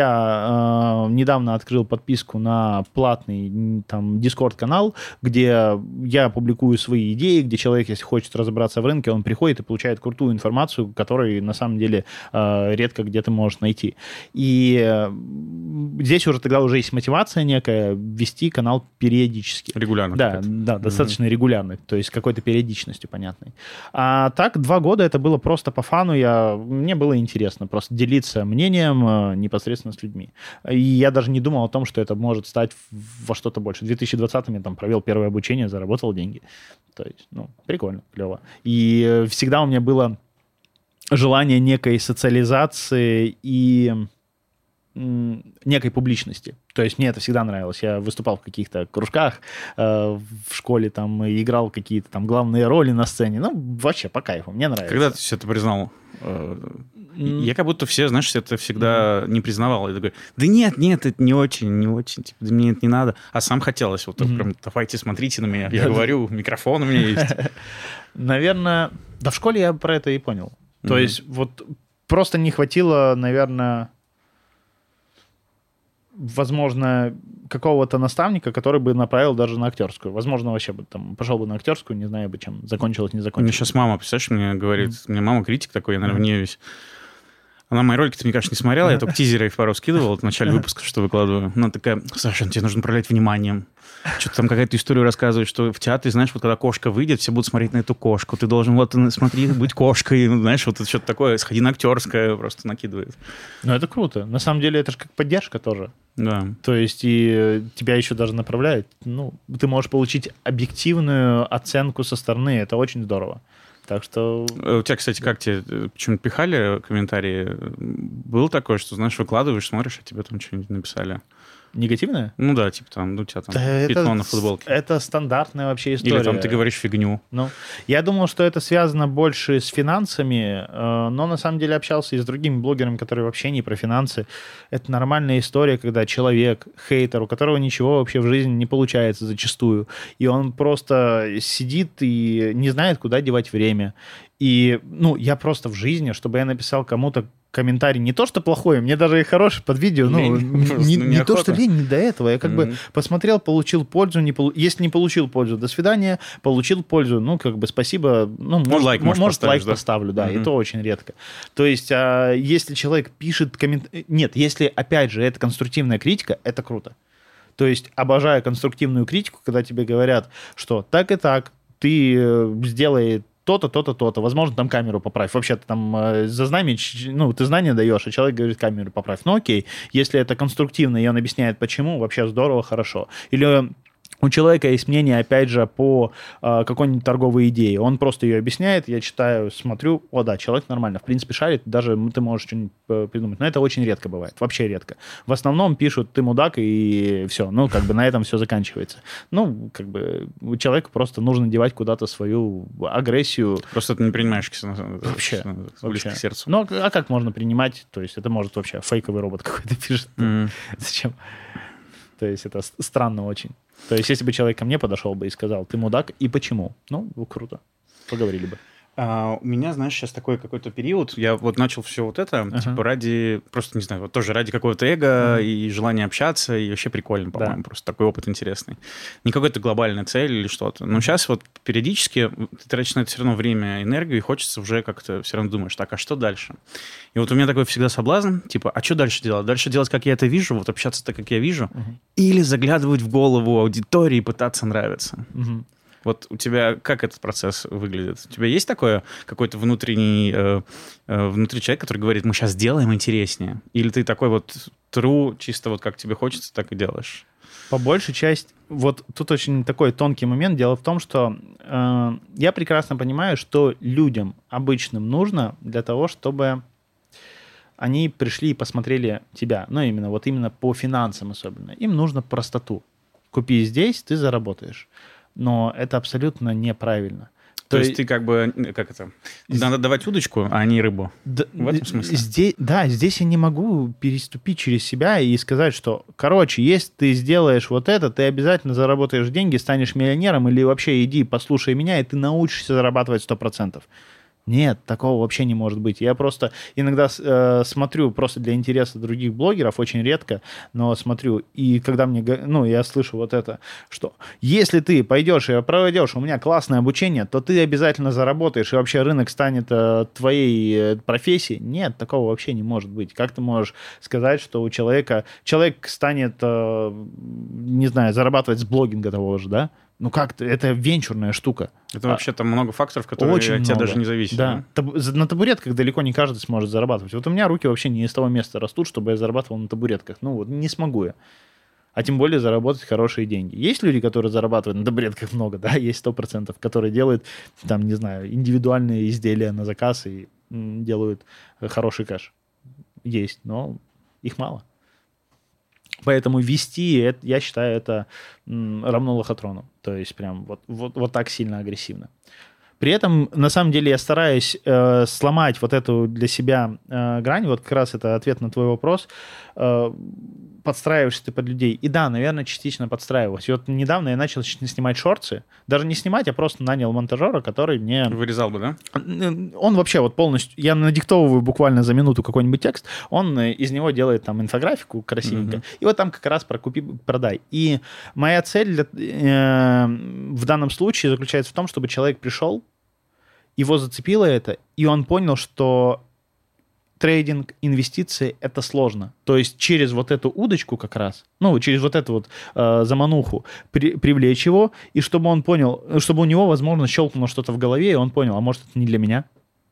я недавно открыл подписку на платный там Discord-канал, где я публикую свои идеи, где человек, если хочет разобраться в рынке, он приходит и получает крутую информацию, которую на самом деле редко где ты можешь найти. И здесь уже тогда уже есть мотивация некая вести канал периодически. Регулярно. Да, достаточно регулярно, то есть с какой-то периодичностью понятной. А так 2 года это было просто по фану, мне было интересно просто делиться мнением непосредственно с людьми. И я даже не думал о том, что это может стать во что-то больше. В 2020-м я там провел первое обучение, заработал деньги. То есть, прикольно, клево. И всегда у меня было желание некой социализации и некой публичности. То есть мне это всегда нравилось. Я выступал в каких-то кружках в школе, там, играл какие-то там главные роли на сцене. Вообще по кайфу, мне нравится. Когда ты все это признал? Я как будто все, знаешь, это всегда не признавал. Я такой, да нет, это не очень, типа, да мне это не надо. А сам хотелось, вот прям, давайте, смотрите на меня. Я говорю, микрофон у меня есть. Наверное, в школе я про это и понял. То есть вот просто не хватило, наверное... возможно, какого-то наставника, который бы направил даже на актерскую. Возможно, вообще бы там пошел бы на актерскую, не знаю бы, чем закончилось, не закончилось. Мне сейчас мама, представляешь, мне говорит, у меня мама критик такой, я, наверное, в нее весь... Она мои ролики, мне кажется, не смотрела, я только тизеры их пару скидывал в начале выпуска, что выкладываю. Она такая, Саша, тебе нужно управлять вниманием. Что-то там какая-то историю рассказывает, что в театре, знаешь, вот когда кошка выйдет, все будут смотреть на эту кошку. Ты должен смотри, быть кошкой. Знаешь, вот это что-то такое, сходи на актерское, просто накидывает. Это круто. На самом деле это же как поддержка тоже. Да. То есть и тебя еще даже направляют. Ты можешь получить объективную оценку со стороны. Это очень здорово. Так что... У тебя, кстати, как тебе почему-то пихали комментарии? Было такое, что, знаешь, выкладываешь, смотришь, а тебе там что-нибудь написали? Негативное? Ну да, типа там, у тебя там пятно на футболке. Это стандартная вообще история. Или там ты говоришь фигню. Ну, я думал, что это связано больше с финансами, но на самом деле общался и с другими блогерами, которые вообще не про финансы. Это нормальная история, когда человек, хейтер, у которого ничего вообще в жизни не получается зачастую, и он просто сидит и не знает, куда девать время. И, ну, я просто в жизни, чтобы я написал кому-то комментарий не то, что плохое, мне даже и хороший под видео, не то, что лень, не до этого. Я как бы посмотрел, получил пользу, если не получил пользу, до свидания, получил пользу, ну, как бы спасибо, ну, может лайк поставлю, да, и то очень редко. То есть, если человек пишет комментарий... Нет, если, опять же, это конструктивная критика, это круто. То есть, обожаю конструктивную критику, когда тебе говорят, что так и так, ты сделай то-то, то-то, то-то. Возможно, там камеру поправь. Вообще ты там за знамя, ну, ты знания даешь, а человек говорит, камеру поправь. Ну, окей. Если это конструктивно, и он объясняет, почему, вообще здорово, хорошо. Или у человека есть мнение, опять же, по какой-нибудь торговой идее. Он просто ее объясняет, я читаю, смотрю, о, да, человек нормально, в принципе, шарит, даже ты можешь что-нибудь придумать. Но это очень редко бывает, вообще редко. В основном пишут, ты мудак, и все. Ну, как бы на этом все заканчивается. Ну, как бы человеку просто нужно девать куда-то свою агрессию. Просто ты не принимаешь вообще близко к сердцу. Ну, а как можно принимать? То есть это может вообще фейковый робот какой-то пишет. Зачем? То есть это странно очень. То есть если бы человек ко мне подошел бы и сказал, ты мудак, и почему? Ну, круто. Поговорили бы. У меня, знаешь, сейчас такой какой-то период, я вот начал все вот это, типа ради, просто, не знаю, вот тоже ради какого-то эго и желания общаться, и вообще прикольно, по-моему, просто такой опыт интересный. Не какая-то глобальная цель или что-то. Но сейчас вот периодически ты тратишь на это все равно время, энергию, и хочется уже как-то все равно думаешь, так, а что дальше? И вот у меня такой всегда соблазн, типа, а что дальше делать? Дальше делать, как я это вижу, вот общаться так, как я вижу, или заглядывать в голову аудитории и пытаться нравиться. Вот у тебя как этот процесс выглядит? У тебя есть такое, какой-то внутренний человек, который говорит, мы сейчас сделаем интереснее? Или ты такой вот true, чисто вот как тебе хочется, так и делаешь? По большей части, вот тут очень такой тонкий момент. Дело в том, что я прекрасно понимаю, что людям обычным нужно для того, чтобы они пришли и посмотрели тебя. Ну, именно по финансам особенно. Им нужно простоту. Купи здесь, ты заработаешь. Но это абсолютно неправильно. То есть ты как бы, как это, надо давать удочку, а не рыбу? В этом смысле? Здесь я не могу переступить через себя и сказать, что, короче, если ты сделаешь вот это, ты обязательно заработаешь деньги, станешь миллионером, или вообще иди, послушай меня, и ты научишься зарабатывать 100%. Нет, такого вообще не может быть. Я просто иногда смотрю просто для интереса других блогеров, очень редко, но смотрю, и когда я слышу вот это, что если ты пойдешь и проведешь у меня классное обучение, то ты обязательно заработаешь, и вообще рынок станет твоей профессией. Нет, такого вообще не может быть. Как ты можешь сказать, что у человек станет, не знаю, зарабатывать с блогинга того же, да? Ну как-то, это венчурная штука. Это вообще там много факторов, которые от тебя даже не зависят. Да. На табуретках далеко не каждый сможет зарабатывать. Вот у меня руки вообще не из того места растут, чтобы я зарабатывал на табуретках. Ну вот, не смогу я. А тем более заработать хорошие деньги. Есть люди, которые зарабатывают на табуретках много, да, есть 100%, которые делают, там, не знаю, индивидуальные изделия на заказ и делают хороший кэш. Есть, но их мало. Поэтому вести, я считаю, это равно лохотрону. То есть прям вот так сильно агрессивно. При этом, на самом деле, я стараюсь сломать вот эту для себя грань. Вот как раз это ответ на твой вопрос. Подстраиваешься ты под людей. И да, наверное, частично подстраиваюсь. И вот недавно я начал снимать шорты. Даже не снимать, а просто нанял монтажера, который мне... Вырезал бы, да? Он вообще вот полностью... Я надиктовываю буквально за минуту какой-нибудь текст, он из него делает там инфографику красивенько. И вот там как раз про купи, продай. И моя цель в данном случае заключается в том, чтобы человек пришел, его зацепило это, и он понял, что трейдинг, инвестиции — это сложно. То есть через вот эту удочку как раз, через вот эту вот замануху привлечь его, и чтобы он понял, чтобы у него, возможно, щелкнуло что-то в голове, и он понял, а может, это не для меня.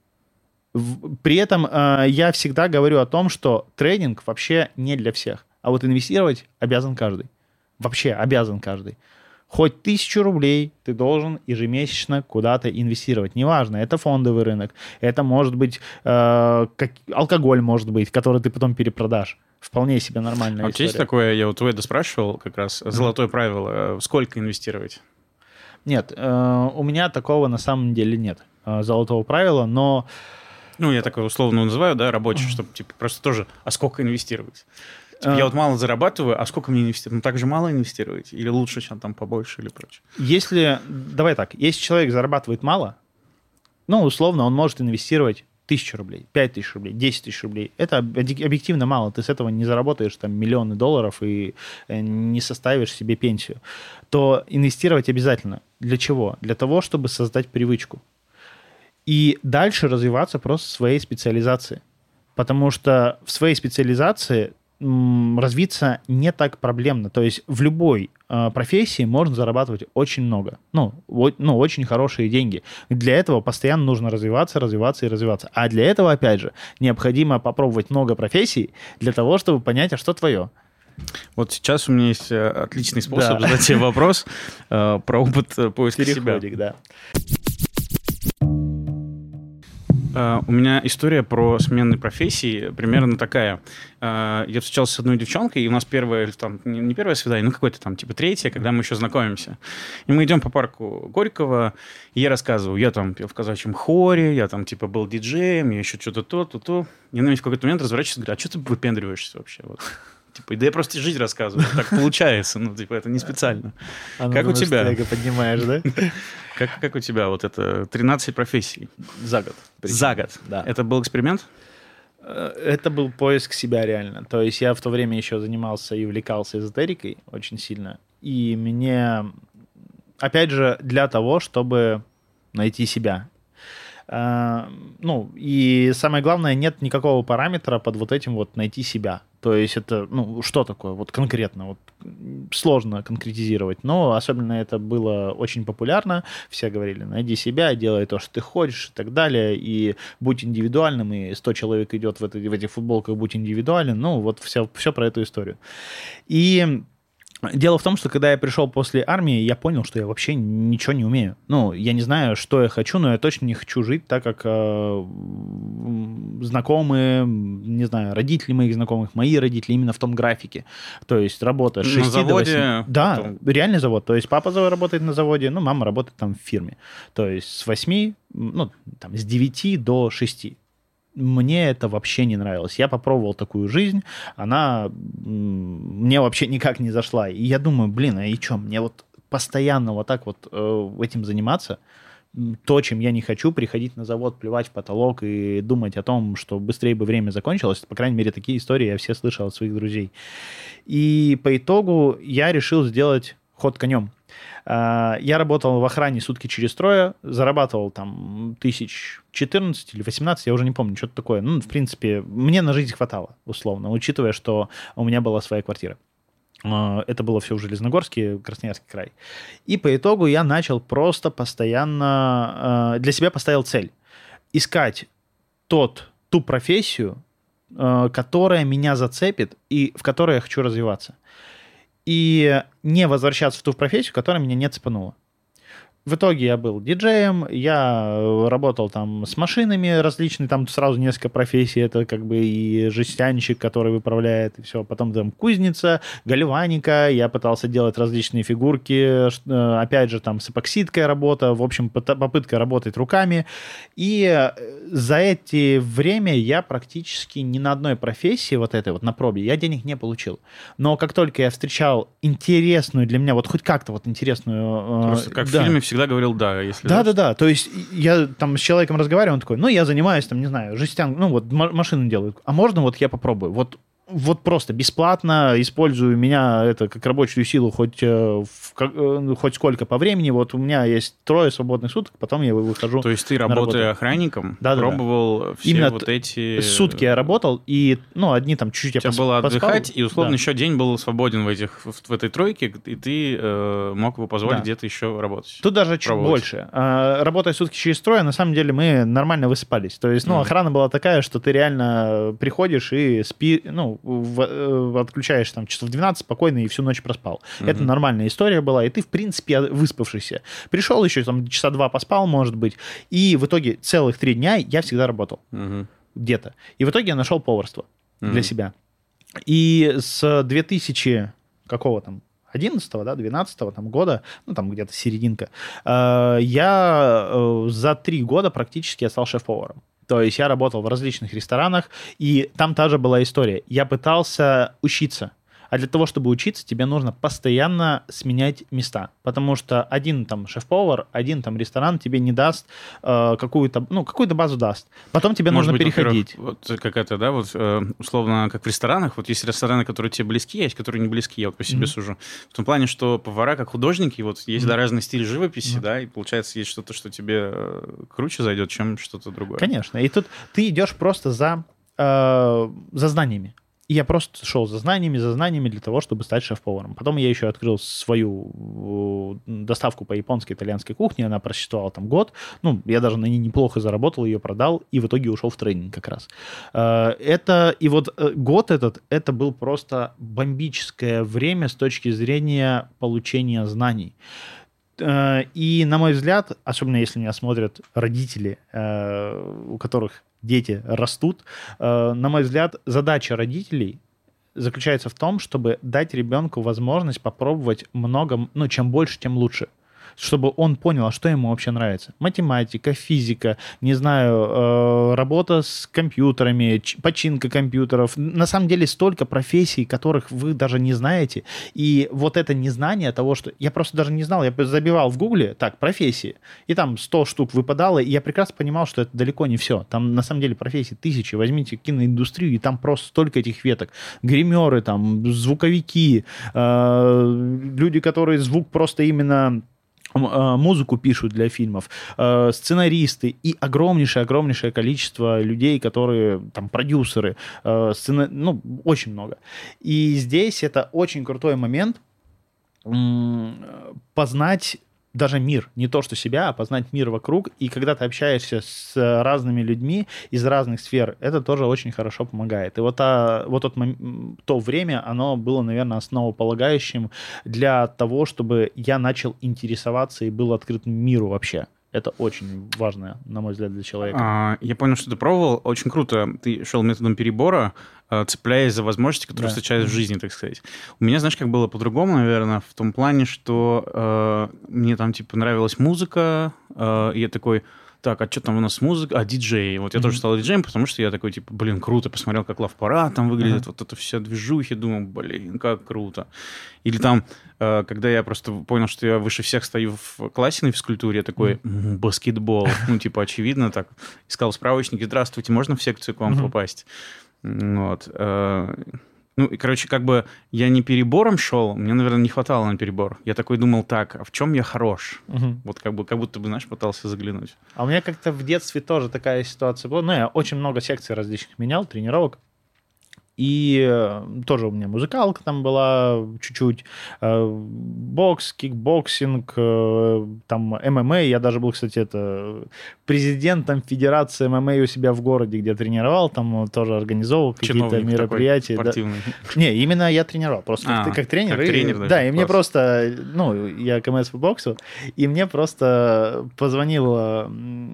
При этом я всегда говорю о том, что трейдинг вообще не для всех. А вот инвестировать обязан каждый. Вообще обязан каждый. Хоть 1000 рублей ты должен ежемесячно куда-то инвестировать. Неважно, это фондовый рынок, это может быть алкоголь, может быть, который ты потом перепродашь. Вполне себе нормальная история. А есть такое, я вот у Эда спрашивал как раз, золотое правило, сколько инвестировать? Нет, у меня такого на самом деле нет, золотого правила, но... Ну, я такое условно называю, да, рабочий, чтобы типа просто тоже, а сколько инвестировать? Типа, я вот мало зарабатываю, а сколько мне инвестировать? Ну, так же мало инвестировать? Или лучше, чем там побольше или прочее? Давай так, если человек зарабатывает мало, ну, условно, он может инвестировать 1000 рублей, 5000 рублей, 10 тысяч рублей. Это объективно мало. Ты с этого не заработаешь там миллионы долларов и не составишь себе пенсию. То инвестировать обязательно. Для чего? Для того, чтобы создать привычку. И дальше развиваться просто в своей специализации. Потому что в своей специализации развиться не так проблемно. То есть в любой профессии можно зарабатывать очень много. Очень хорошие деньги. Для этого постоянно нужно развиваться. А для этого, опять же, необходимо попробовать много профессий для того, чтобы понять, а что твое. Вот сейчас у меня есть отличный способ задать тебе вопрос про опыт поиска себя. Да. У меня история про смены профессии примерно такая. Я встречался с одной девчонкой, и у нас первое, там, не первое свидание, ну какое-то там типа третье, когда мы еще знакомимся. И мы идем по парку Горького, и я рассказываю, я там пел в казачьем хоре, я там типа был диджеем, я еще что-то то. И она мне в какой-то момент разворачивается и говорит, а что ты выпендриваешься вообще? Вот. Типа, да я просто жизнь рассказываю, так получается, это не специально. Как у тебя? Ты поднимаешь, да? Как у тебя вот это 13 профессий? За год. За год? Да. Это был эксперимент? Это был поиск себя реально. То есть я в то время еще занимался и увлекался эзотерикой очень сильно. И мне, опять же, для того, чтобы найти себя. И самое главное, нет никакого параметра под вот этим вот найти себя. То есть это, что такое вот конкретно, вот сложно конкретизировать, но особенно это было очень популярно. Все говорили, найди себя, делай то, что ты хочешь и так далее, и будь индивидуальным, и 100 человек идет в этих футболках, будь индивидуален, вот все про эту историю. И дело в том, что когда я пришел после армии, я понял, что я вообще ничего не умею. Я не знаю, что я хочу, но я точно не хочу жить так, как знакомые, не знаю, родители моих знакомых, мои родители именно в том графике. То есть работа с 6 на заводе, до 8. Да, реальный завод. То есть папа работает на заводе, мама работает там в фирме. То есть с 8, с 9 до 6. Мне это вообще не нравилось. Я попробовал такую жизнь, она мне вообще никак не зашла. И я думаю, и что, мне вот постоянно вот так вот этим заниматься? То, чем я не хочу, приходить на завод, плевать в потолок и думать о том, что быстрее бы время закончилось. По крайней мере, такие истории я все слышал от своих друзей. И по итогу я решил сделать ход конем. Я работал в охране сутки через трое, зарабатывал там 1014 или 18, я уже не помню, что-то такое. В принципе, мне на жизнь хватало, условно, учитывая, что у меня была своя квартира. Это было все в Железногорске, Красноярский край. И по итогу я начал просто постоянно... Для себя поставил цель. Искать ту профессию, которая меня зацепит и в которой я хочу развиваться. И не возвращаться в ту профессию, которая меня не цепанула. В итоге я был диджеем, я работал там с машинами различными, там сразу несколько профессий, это как бы и жестянщик, который выправляет, и все, потом там кузница, гальваника, я пытался делать различные фигурки, опять же там с эпоксидкой работа, в общем, попытка работать руками, и за это время я практически ни на одной профессии вот этой вот на пробе я денег не получил, но как только я встречал интересную для меня, вот хоть как-то вот интересную... Просто как в фильме всегда говорил «да». Если да. То есть я там с человеком разговариваю, он такой, я занимаюсь, там, не знаю, машины делаю. А можно вот я попробую? Вот просто бесплатно использую меня это как рабочую силу хоть сколько по времени. Вот у меня есть 3 свободных суток, потом я выхожу. То есть ты, работая охранником, пробовал все именно вот эти... Сутки я работал, и одни там чуть-чуть я поспал. Было отдыхать, и условно еще день был свободен в этой тройке, и ты мог бы позволить где-то еще работать. Тут даже чуть больше. Работая сутки через 3, на самом деле мы нормально высыпались. То есть охрана была такая, что ты реально приходишь и отключаешь там часов 12 спокойно и всю ночь проспал. Это нормальная история была, и ты, в принципе, выспавшийся. Пришел еще там часа 2 поспал, может быть, и в итоге целых 3 дня я всегда работал. Где-то. И в итоге я нашел поварство для себя. И с 2000 какого там 11-го, да, 12-го там, года, ну, там где-то серединка, я за 3 года практически я стал шеф-поваром. То есть я работал в различных ресторанах, и там та же была история. Я пытался учиться. А для того, чтобы учиться, тебе нужно постоянно сменять места. Потому что один там шеф-повар, один там ресторан тебе не даст какую-то базу даст. Потом тебе нужно переходить. Вот как это, да, вот условно, как в ресторанах, вот есть рестораны, которые тебе близки, а есть, которые не близки, я вот по себе сужу. В том плане, что повара, как художники, вот есть разный стиль живописи, да, и получается, есть что-то, что тебе круче зайдет, чем что-то другое. Конечно. И тут ты идешь просто за знаниями. И я просто шел за знаниями для того, чтобы стать шеф-поваром. Потом я еще открыл свою доставку по японской и итальянской кухне. Она просуществовала там год. Ну, я даже на ней неплохо заработал, ее продал, и в итоге ушел в тренинг как раз. И вот год это был просто бомбическое время с точки зрения получения знаний. И, на мой взгляд, особенно если меня смотрят родители, у которых дети растут, на мой взгляд, задача родителей заключается в том, чтобы дать ребенку возможность попробовать много, ну, чем больше, тем лучше. Чтобы он понял, что ему вообще нравится. Математика, физика, не знаю, работа с компьютерами, починка компьютеров. На самом деле столько профессий, которых вы даже не знаете. И вот это незнание того, что... Я просто даже не знал, я забивал в Гугле, так, профессии, и там 100 штук выпадало, и я прекрасно понимал, что это далеко не все. Там на самом деле профессий тысячи. Возьмите киноиндустрию, и там просто столько этих веток. Гримеры, там, звуковики, люди, которые звук просто именно... музыку пишут для фильмов, сценаристы и огромнейшее количество людей, которые там продюсеры, очень много. И здесь это очень крутой момент познать даже мир, не то что себя, а познать мир вокруг. И когда ты общаешься с разными людьми из разных сфер, это тоже очень хорошо помогает. И то время, оно было, наверное, основополагающим для того, чтобы я начал интересоваться и был открыт миру вообще. Это очень важно, на мой взгляд, для человека. Я понял, что ты пробовал. Очень круто. Ты шел методом перебора, цепляясь за возможности, которые встречаешь в жизни, так сказать. У меня, знаешь, как было по-другому, наверное, в том плане, что мне там, типа, нравилась музыка, и я такой... Так, а что там у нас музыка? Диджей. Вот я тоже стал диджеем, потому что я такой, типа, блин, круто, посмотрел, как Лав-Парад там выглядит, вот это все движухи, думал, блин, как круто. Или там, когда я просто понял, что я выше всех стою в классе на физкультуре, я такой, баскетбол. Ну, типа, очевидно так. Искал справочники, здравствуйте, можно в секцию к вам попасть? Вот. Ну, и, короче, как бы я не перебором шел, мне, наверное, не хватало на перебор. Я такой думал, так, а в чем я хорош? Вот как будто бы, знаешь, пытался заглянуть. А у меня как-то в детстве тоже такая ситуация была. Ну, я очень много секций различных менял, тренировок. И тоже у меня музыкалка там была чуть-чуть, бокс, кикбоксинг, там ММА. Я даже был, кстати, президентом Федерации ММА у себя в городе, где тренировал, там тоже организовывал какие-то мероприятия. Да. Не, именно я тренировал, просто как тренер. Как тренер, да, и мне просто, я КМС по боксу, и мне просто позвонил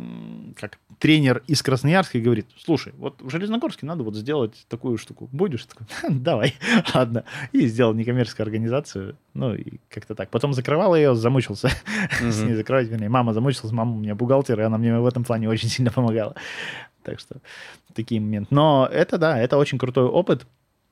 тренер из Красноярска и говорит, слушай, вот в Железногорске надо вот сделать такую штуку. Будешь? Такой, давай, ладно. И сделал некоммерческую организацию. Ну, и как-то так. Потом закрывал ее, замучился с ней закрывать. Вернее, мама замучилась, мама у меня бухгалтер, и она мне в этом плане очень сильно помогала. Так что такие моменты. Но это очень крутой опыт.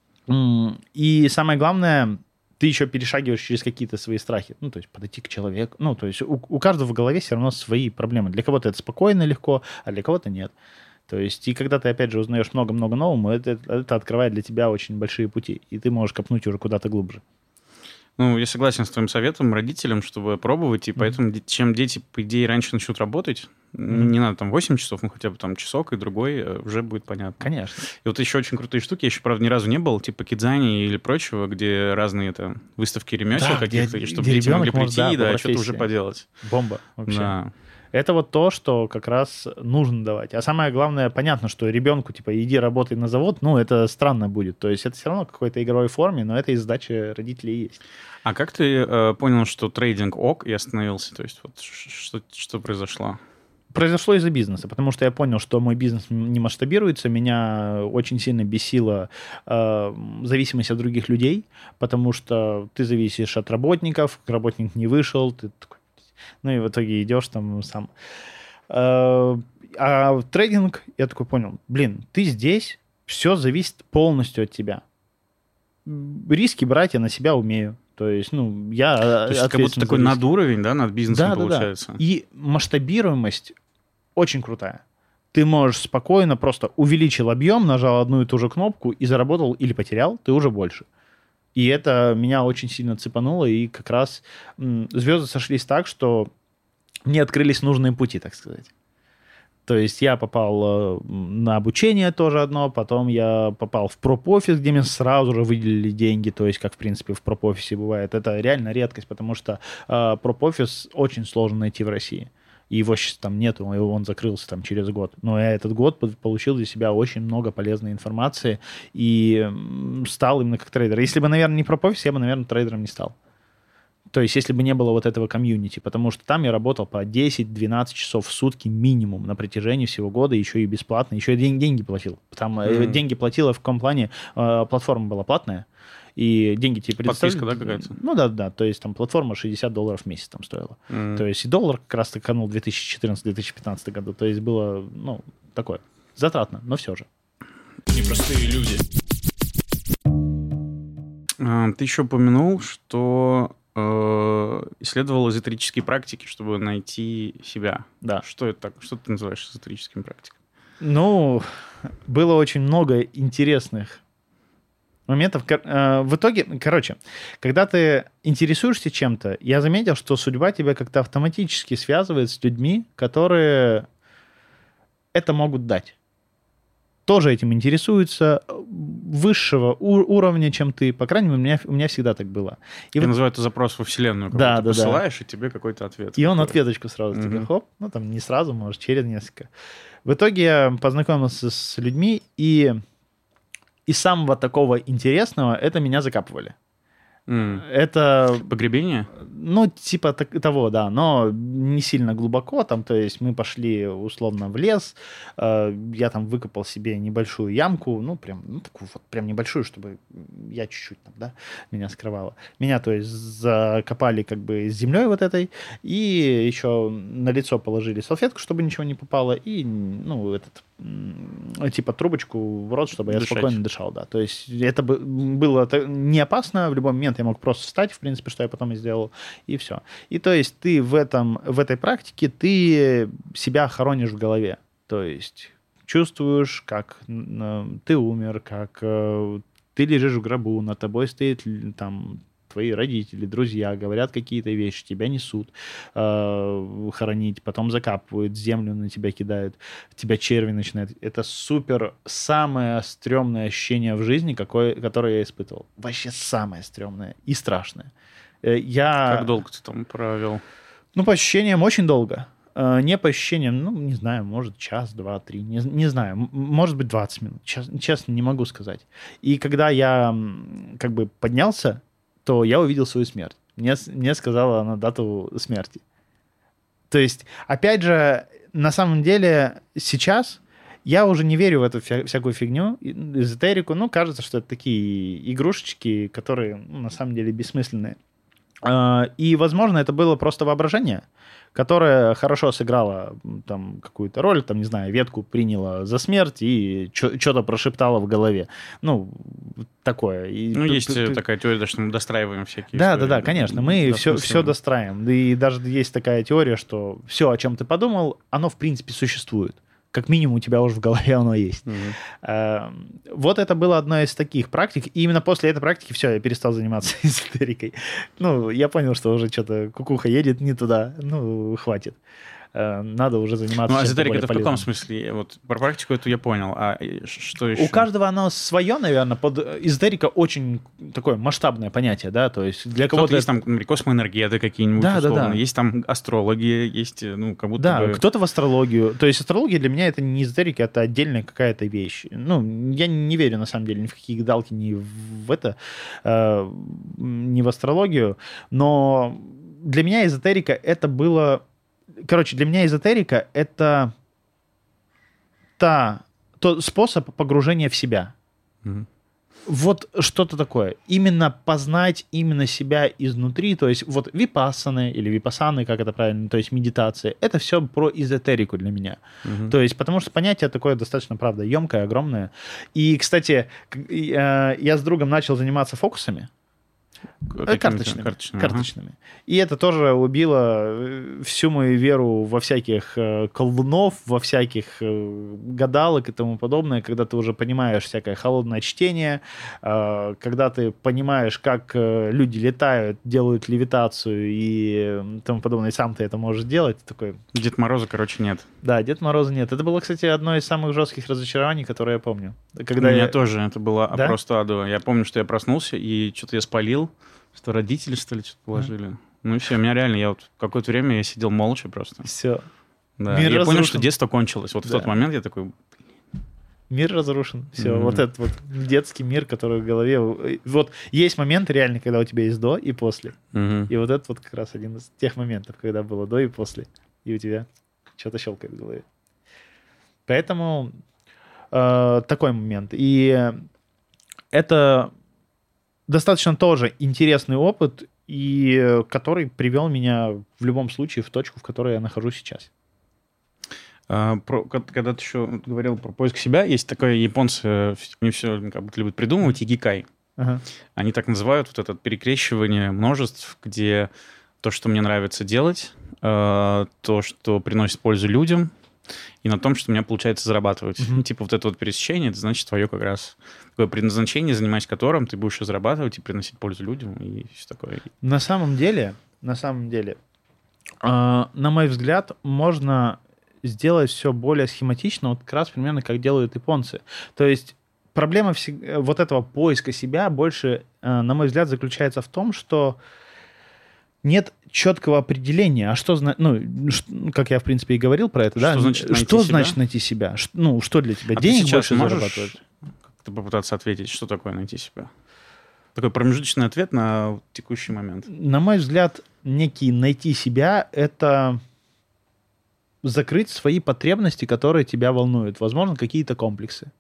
И самое главное, ты еще перешагиваешь через какие-то свои страхи. Ну, то есть подойти к человеку. Ну, то есть у каждого в голове все равно свои проблемы. Для кого-то это спокойно, легко, а для кого-то нет. То есть, и когда ты, опять же, узнаешь много-много нового, это открывает для тебя очень большие пути. И ты можешь копнуть уже куда-то глубже. Ну, я согласен с твоим советом родителям, чтобы пробовать, и поэтому, чем дети, по идее, раньше начнут работать, не надо там 8 часов, ну, хотя бы там часок и другой, уже будет понятно. Конечно. И вот еще очень крутые штуки, я еще, правда, ни разу не был, типа Кидзани или прочего, где разные выставки ремесел каких-то, и чтобы дети могли прийти, и что-то уже поделать. Бомба вообще. Да. Это вот то, что как раз нужно давать. А самое главное, понятно, что ребенку, типа, иди работай на завод, ну, это странно будет. То есть это все равно в какой-то игровой форме, но это из задачи родителей есть. А как ты понял, что трейдинг ок, и остановился? То есть вот что произошло? Произошло из-за бизнеса, потому что я понял, что мой бизнес не масштабируется, меня очень сильно бесила зависимость от других людей, потому что ты зависишь от работников, работник не вышел, ты такой, ну и в итоге идешь там сам. А трейдинг, я такой понял, блин, ты здесь, все зависит полностью от тебя. Риски брать я на себя умею. То есть, ну, я... То есть как будто такой надуровень, да, над бизнесом получается. Да. И масштабируемость очень крутая. Ты можешь спокойно просто увеличил объем, нажал одну и ту же кнопку и заработал или потерял, ты уже больше. И это меня очень сильно цепануло, и как раз звезды сошлись так, что мне открылись нужные пути, так сказать. То есть я попал на обучение тоже одно, потом я попал в проп-офис, где мне сразу же выделили деньги, то есть как, в принципе, в проп-офисе бывает. Это реально редкость, потому что проп-офис очень сложно найти в России. И его сейчас там нету, он закрылся там через год. Но я этот год получил для себя очень много полезной информации и стал именно как трейдер. Если бы, наверное, не проп-офис, я бы, наверное, трейдером не стал. То есть, если бы не было вот этого комьюнити, потому что там я работал по 10-12 часов в сутки минимум на протяжении всего года, еще и бесплатно, еще и деньги платил. Там деньги платила в каком плане, платформа была платная, и деньги тебе предоставили. Подписка, да, какая-то? Ну да, то есть там платформа $60 в месяц там стоила. То есть и доллар как раз канул в 2014-2015 году, то есть было, ну, такое, затратно, но все же. Непростые люди. Ты еще упомянул, что исследовал эзотерические практики, чтобы найти себя. Да. Что это так? Что ты называешь эзотерическими практиками? Ну, было очень много интересных моментов. В итоге, короче, когда ты интересуешься чем-то, я заметил, что судьба тебя как-то автоматически связывает с людьми, которые это могут дать. Тоже этим интересуются, высшего уровня, чем ты. По крайней мере, у меня всегда так было. И я называю это запрос во Вселенную. Да, ты посылаешь, и тебе какой-то ответ. И он ответочку сразу тебе, хоп, ну там не сразу, может, через несколько. В итоге я познакомился с людьми, и из самого такого интересного это меня закапывали. Это... Погребение? Ну, типа того, да, но не сильно глубоко, там, то есть мы пошли условно в лес, я там выкопал себе небольшую ямку, ну, прям, ну, такую вот, прям небольшую, чтобы я чуть-чуть там, да, меня скрывало. Меня, то есть, закопали как бы с землей вот этой, и еще на лицо положили салфетку, чтобы ничего не попало, и, ну, типа трубочку в рот, чтобы я спокойно дышал, да. То есть это было не опасно, в любой момент я мог просто встать, в принципе, что я потом и сделал, и все. И то есть ты в этой практике ты себя хоронишь в голове. То есть чувствуешь, как ты умер, как ты лежишь в гробу, над тобой стоит там твои родители, друзья, говорят какие-то вещи, тебя несут хоронить, потом закапывают, землю на тебя кидают, тебя черви начинают. Это супер, самое стрёмное ощущение в жизни, которое я испытывал. Вообще самое стрёмное и страшное. Как долго ты там провел? Ну, по ощущениям, очень долго. Не по ощущениям, ну, не знаю, может, час, два, три, не знаю, может быть, 20 минут. Честно, не могу сказать. И когда я как бы поднялся, то я увидел свою смерть. Мне сказала она дату смерти. То есть, опять же, на самом деле, сейчас я уже не верю в эту всякую фигню, эзотерику. Ну, кажется, что это такие игрушечки, которые на самом деле бессмысленные. И, возможно, это было просто воображение, которое хорошо сыграло там какую-то роль, там, не знаю, ветку приняла за смерть и что-то прошептала в голове. Ну, такое. И ну, есть такая теория, что мы достраиваем всякие истории. Да, конечно, мы все достраиваем. И даже есть такая теория, что все, о чем ты подумал, оно, в принципе, существует. Как минимум у тебя уже в голове оно есть. Вот это было одной из таких практик. И именно после этой практики все, я перестал заниматься эзотерикой. Ну, я понял, что уже что-то кукуха едет не туда. Ну, хватит. надо уже заниматься. Ну, а эзотерика это в каком смысле? Вот про практику эту я понял, а что еще? У каждого оно свое, наверное. Эзотерика очень такое масштабное понятие, да, то есть для кого-то... Есть там космоэнергеты какие-нибудь, условно, есть там астрологи, есть, как будто бы... кто-то в астрологию. То есть астрология для меня это не эзотерика, это отдельная какая-то вещь. Я не верю, на самом деле, ни в какие гадалки, ни в это, ни в астрологию, но для меня эзотерика это было... Короче, для меня эзотерика это тот способ погружения в себя. Mm-hmm. Вот что-то такое. Именно познать именно себя изнутри, то есть вот випассаны или випассаны, как это правильно, то есть медитация, это все про эзотерику для меня. Mm-hmm. То есть потому что понятие такое достаточно, правда, емкое, огромное. И, кстати, я с другом начал заниматься фокусами. Карточными. Ага. И это тоже убило всю мою веру во всяких колдунов, во всяких гадалок и тому подобное, когда ты уже понимаешь всякое холодное чтение, когда ты понимаешь, как люди летают, делают левитацию и тому подобное, и сам ты это можешь делать. Такой... Дед Мороза, короче, нет. Да, Дед Мороза нет. Это было, кстати, одно из самых жестких разочарований, которые я помню. Когда у меня тоже это было просто адово. Я помню, что я проснулся, и что-то я спалил, что родители, что ли, что-то положили. Ну и все, у меня реально, я вот какое-то время я сидел молча просто. Все. Да. Я понял, что детство кончилось. Вот в тот момент я такой... Мир разрушен. Все, вот этот вот детский мир, который в голове... Вот есть моменты реально, когда у тебя есть до и после. И вот это вот как раз один из тех моментов, когда было до и после. И у тебя что-то щелкает в голове. Поэтому такой момент. И это... достаточно тоже интересный опыт, и который привел меня в любом случае в точку, в которой я нахожусь сейчас. Когда ты еще говорил про поиск себя, есть такое, японцы, они все как будто любят придумывать, икигай. Ага. Они так называют вот это перекрещивание множеств, где то, что мне нравится делать, то, что приносит пользу людям, и на том, что у меня получается зарабатывать. Типа вот это вот пересечение, это значит твое как раз такое предназначение, занимаясь которым ты будешь зарабатывать и приносить пользу людям и все такое. На самом деле, на мой взгляд, можно сделать все более схематично, вот как раз примерно как делают японцы. То есть проблема вот этого поиска себя больше, на мой взгляд, заключается в том, что нет четкого определения, а что значит, как я, в принципе, и говорил про это, что значит найти себя? Что для тебя? Денег больше зарабатывать? Как-то попытаться ответить, что такое найти себя? Такой промежуточный ответ на текущий момент. На мой взгляд, некий найти себя — это закрыть свои потребности, которые тебя волнуют, возможно, какие-то комплексы.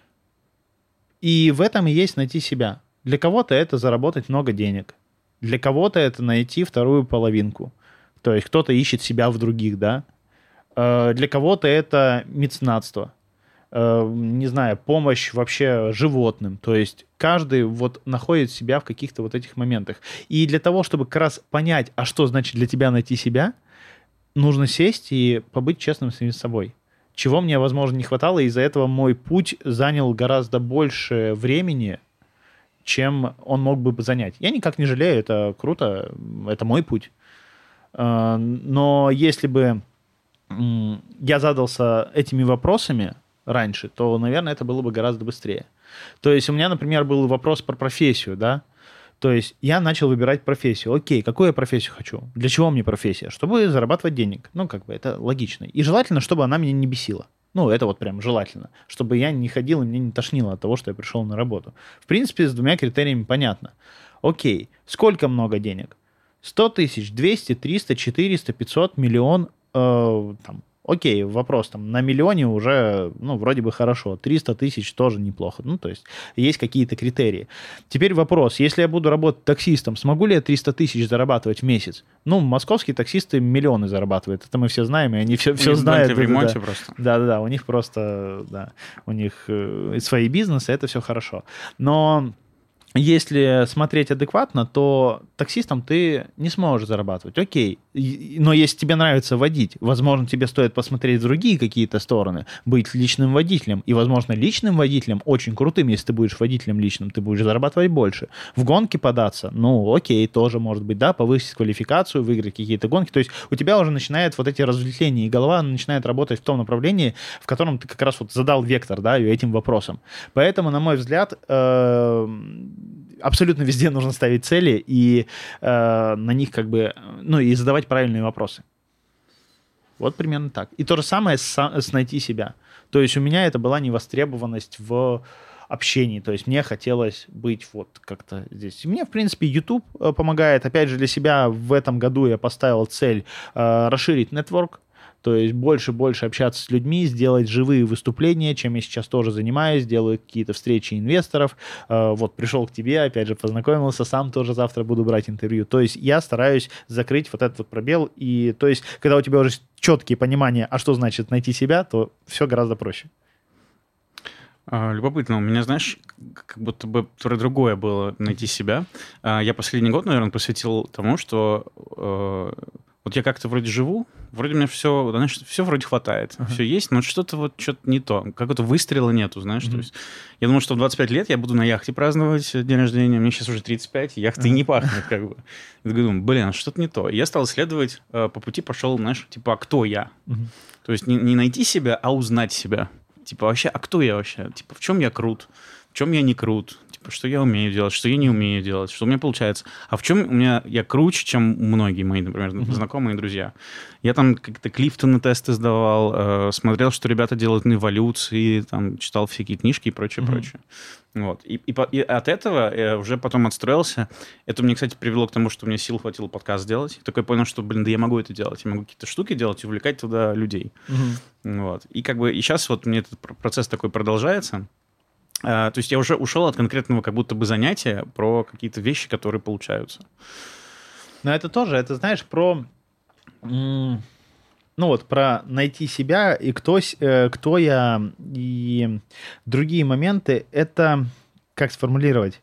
И в этом и есть найти себя. Для кого-то это заработать много денег. Для кого-то это найти вторую половинку. То есть кто-то ищет себя в других, да. Для кого-то это меценатство. Не знаю, помощь вообще животным. То есть каждый вот находит себя в каких-то вот этих моментах. И для того, чтобы как раз понять, а что значит для тебя найти себя, нужно сесть и побыть честным с собой. Чего мне, возможно, не хватало, и из-за этого мой путь занял гораздо больше времени, чем он мог бы занять. Я никак не жалею, это круто, это мой путь. Но если бы я задался этими вопросами раньше, то, наверное, это было бы гораздо быстрее. То есть у меня, например, был вопрос про профессию, да. То есть я начал выбирать профессию. Окей, какую я профессию хочу? Для чего мне профессия? Чтобы зарабатывать денег. Это логично. И желательно, чтобы она меня не бесила. Это вот прям желательно. Чтобы я не ходил и мне не тошнило от того, что я пришел на работу. В принципе, с двумя критериями понятно. Окей, сколько много денег? 100 тысяч, 200, 300, 400, 500, миллион. Окей, вопрос, на миллионе уже, вроде бы хорошо, 300 тысяч тоже неплохо, то есть есть какие-то критерии. Теперь вопрос, если я буду работать таксистом, смогу ли я 300 тысяч зарабатывать в месяц? Московские таксисты миллионы зарабатывают, это мы все знаем, и они все знают. В ремонте просто. Да, у них просто, у них свои бизнесы, это все хорошо. Но если смотреть адекватно, то таксистом ты не сможешь зарабатывать. Окей, но если тебе нравится водить, возможно, тебе стоит посмотреть другие какие-то стороны, быть личным водителем. И, возможно, личным водителем очень крутым, если ты будешь водителем личным, ты будешь зарабатывать больше. В гонки податься, ну, окей, тоже может быть, да, повысить квалификацию, выиграть какие-то гонки. То есть у тебя уже начинает вот эти развлечения, и голова начинает работать в том направлении, в котором ты как раз вот задал вектор, да, этим вопросом. Поэтому, на мой взгляд, абсолютно везде нужно ставить цели и на них как бы, ну, и задавать правильные вопросы. Вот примерно так. И то же самое с найти себя. То есть у меня это была невостребованность в общении. То есть мне хотелось быть вот как-то здесь. И мне, в принципе, YouTube помогает. Опять же, для себя в этом году я поставил цель расширить нетворк. То есть больше общаться с людьми, сделать живые выступления, чем я сейчас тоже занимаюсь, делаю какие-то встречи инвесторов. Вот пришел к тебе, опять же познакомился, сам тоже завтра буду брать интервью. То есть я стараюсь закрыть вот этот вот пробел. И то есть когда у тебя уже четкие понимания, а что значит найти себя, то все гораздо проще. Любопытно. У меня, знаешь, как будто бы другое было найти себя. Я последний год, наверное, посвятил тому, что вот я как-то вроде живу, вроде у меня все, знаешь, все вроде хватает, все есть, но что-то не то, какого-то выстрела нету, знаешь. То есть я думал, что в 25 лет я буду на яхте праздновать день рождения, мне сейчас уже 35, яхты не пахнет как бы. Я думаю, блин, что-то не то. И я стал исследовать, по пути пошел, знаешь, типа, а кто я? То есть не найти себя, а узнать себя. Типа, вообще, а кто я вообще? Типа, в чем я крут? В чем я не крут? Типа, что я умею делать, что я не умею делать, что у меня получается. А в чем я круче, чем многие мои, например, знакомые друзья. Я там какие-то Клифтона-тесты сдавал, смотрел, что ребята делают на эволюции, там, читал всякие книжки и прочее. Вот. И от этого я уже потом отстроился. Это мне, кстати, привело к тому, что мне сил хватило подкаст сделать. Я такой понял, что, да я могу это делать. Я могу какие-то штуки делать и увлекать туда людей. Вот. И как бы и сейчас вот мне этот процесс такой продолжается. То есть я уже ушел от конкретного как будто бы занятия про какие-то вещи, которые получаются. Но это тоже, это знаешь, про... Ну вот, про найти себя и кто я, и другие моменты, это, как сформулировать?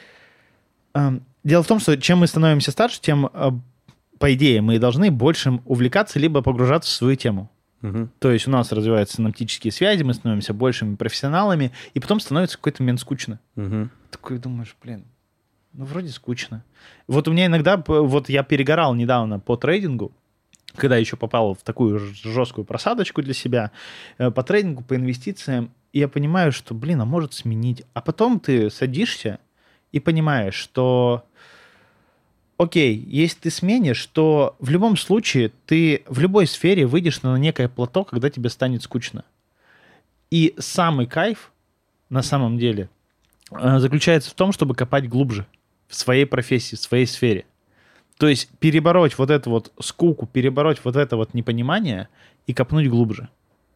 Дело в том, что чем мы становимся старше, тем, по идее, мы должны больше увлекаться, либо погружаться в свою тему. То есть у нас развиваются синаптические связи, мы становимся большими профессионалами, и потом становится в какой-то момент скучно. Такой думаешь, блин, ну вроде скучно. Вот у меня иногда, вот я перегорал недавно по трейдингу, когда еще попал в такую жесткую просадочку для себя, по трейдингу, по инвестициям, и я понимаю, что, блин, а может сменить. А потом ты садишься и понимаешь, что, окей, если ты сменишь, то в любом случае ты в любой сфере выйдешь на некое плато, когда тебе станет скучно. И самый кайф, на самом деле, заключается в том, чтобы копать глубже в своей профессии, в своей сфере. То есть перебороть вот эту вот скуку, перебороть вот это вот непонимание и копнуть глубже.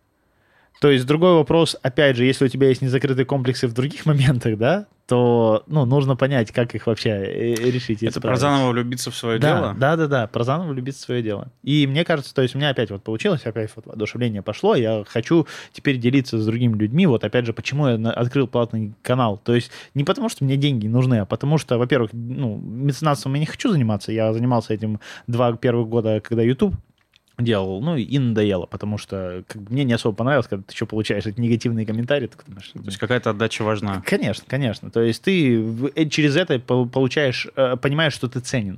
То есть другой вопрос, опять же, если у тебя есть незакрытые комплексы в других моментах, да, то нужно понять, как их вообще решить. Это про заново влюбиться в свое дело? Да, про заново влюбиться в свое дело. И мне кажется, то есть у меня опять вот получилось, опять вот воодушевление пошло, я хочу теперь делиться с другими людьми, вот опять же, почему я открыл платный канал. То есть не потому, что мне деньги нужны, а потому что, во-первых, меценатством я не хочу заниматься, я занимался этим 2 первых года, когда YouTube делал, и надоело, потому что мне не особо понравилось, когда ты что получаешь эти негативные комментарии. Ты думаешь, то есть какая-то отдача важна. Конечно. То есть ты через это получаешь, понимаешь, что ты ценен.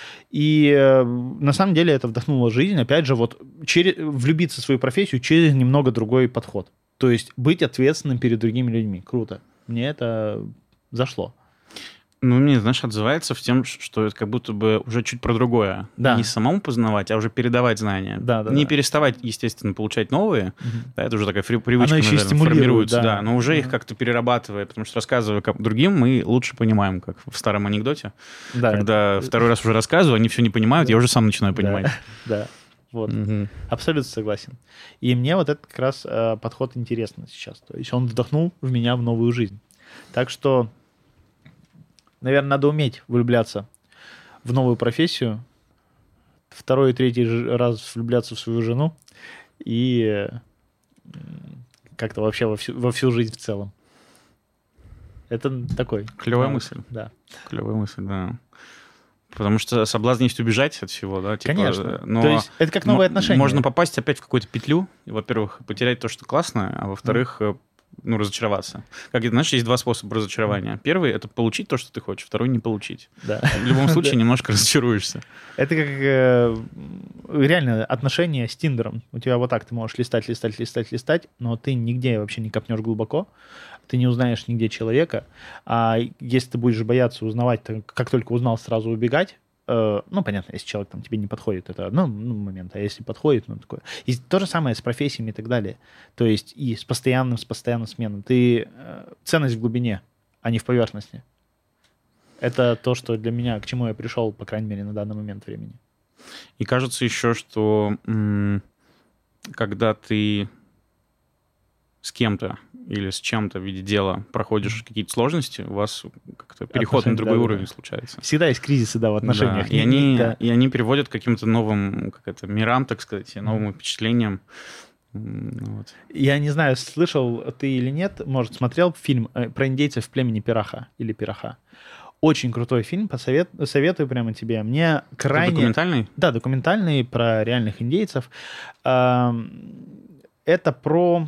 И на самом деле это вдохнуло жизнь. Опять же, вот влюбиться в свою профессию через немного другой подход. То есть быть ответственным перед другими людьми. Круто. Мне это зашло. Мне, знаешь, отзывается в тем, что это как будто бы уже чуть про другое. Да. Не самому познавать, а уже передавать знания. Не переставать, естественно, получать новые. Да, это уже такая привычка, наверное, формируется. Да, но уже их как-то перерабатывая, потому что рассказывая другим, мы лучше понимаем, как в старом анекдоте. Да, когда второй раз уже рассказываю, они все не понимают, я уже сам начинаю понимать. Да. Вот. Абсолютно согласен. И мне вот этот как раз подход интересный сейчас. То есть он вдохнул в меня в новую жизнь. Так что, наверное, надо уметь влюбляться в новую профессию, 2-й и 3-й раз влюбляться в свою жену и как-то вообще во всю жизнь в целом. Это такой. Клевая мысль. Да. Клевая мысль, да. Потому что соблазн есть убежать от всего, да? Типа, конечно. Но то есть это как новые отношения. Можно попасть опять в какую-то петлю, и, во-первых, потерять то, что классно, а во-вторых, разочароваться. Как это, знаешь, есть два способа разочарования. Первый — это получить то, что ты хочешь, второй — не получить. Да. В любом случае немножко разочаруешься. Это как реально отношения с Тиндером. У тебя вот так ты можешь листать, но ты нигде вообще не копнешь глубоко, ты не узнаешь нигде человека, а если ты будешь бояться узнавать, то как только узнал, сразу убегать, ну, понятно, если человек там тебе не подходит, это одно момент, а если подходит, ну, такое. И то же самое с профессиями и так далее. То есть и с постоянным сменой. Ты ценность в глубине, а не в поверхности. Это то, что для меня, к чему я пришел, по крайней мере, на данный момент времени. И кажется еще, что когда ты с кем-то или с чем-то в виде дела проходишь какие-то сложности, у вас как-то переход на другой уровень случается. Всегда есть кризисы, да, в отношениях. Да. И они приводят к каким-то новым мирам, так сказать, новым впечатлениям. Вот. Я не знаю, слышал ты или нет, может, смотрел фильм про индейцев в племени Пираха или Пираха. Очень крутой фильм, советую прямо тебе. Мне крайне... Это документальный? Да, документальный, про реальных индейцев. Это про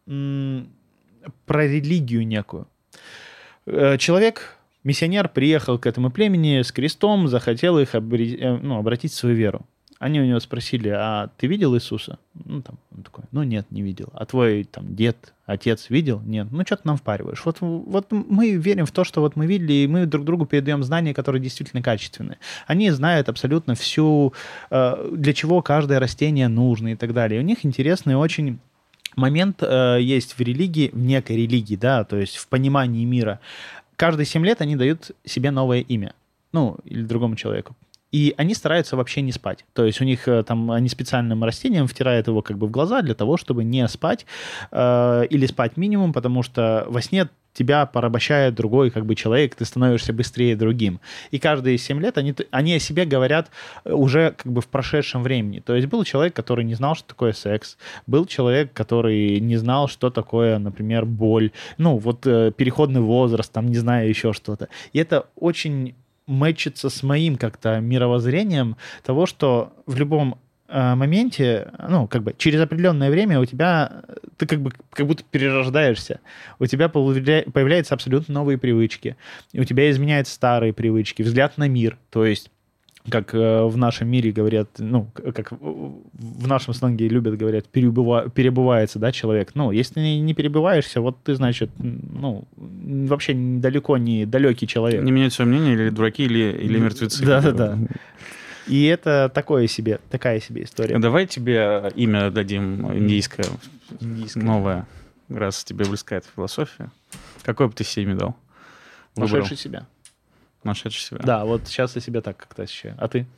религию некую. Человек, миссионер, приехал к этому племени с крестом, захотел их обратить в свою веру. Они у него спросили: а ты видел Иисуса? Он такой: нет, не видел. А твой дед, отец видел? Нет. Что ты нам впариваешь? Вот мы верим в то, что вот мы видели, и мы друг другу передаем знания, которые действительно качественные. Они знают абсолютно всю, для чего каждое растение нужно и так далее. И у них интересный очень момент есть в религии, в некой религии, да, то есть в понимании мира. Каждые 7 лет они дают себе новое имя, или другому человеку. И они стараются вообще не спать. То есть у них они специальным растением втирают его в глаза для того, чтобы не спать или спать минимум, потому что во сне тебя порабощает другой человек, ты становишься быстрее другим. И каждые 7 лет они о себе говорят уже в прошедшем времени. То есть был человек, который не знал, что такое секс, был человек, который не знал, что такое, например, боль, переходный возраст, не знаю, еще что-то. И это очень мэчится с моим как-то мировоззрением того, что в любом моменте, через определенное время у тебя, ты как будто перерождаешься, у тебя появляются абсолютно новые привычки, и у тебя изменяются старые привычки, взгляд на мир, то есть как в нашем мире говорят, как в нашем сленге любят говорят, перебывается, да, человек. Если ты не перебываешься, вот ты, значит, вообще далеко не далекий человек. Не менять свое мнение, или дураки, или мертвецы. Да. И это такая себе история. Давай тебе имя дадим индийское. Новое, раз тебе близка эта философия. Какое бы ты себе имя дал? Нашедший себя. Нашедший себя. Да, вот сейчас я себя так как-то ощущаю. А ты?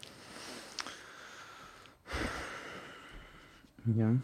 Я?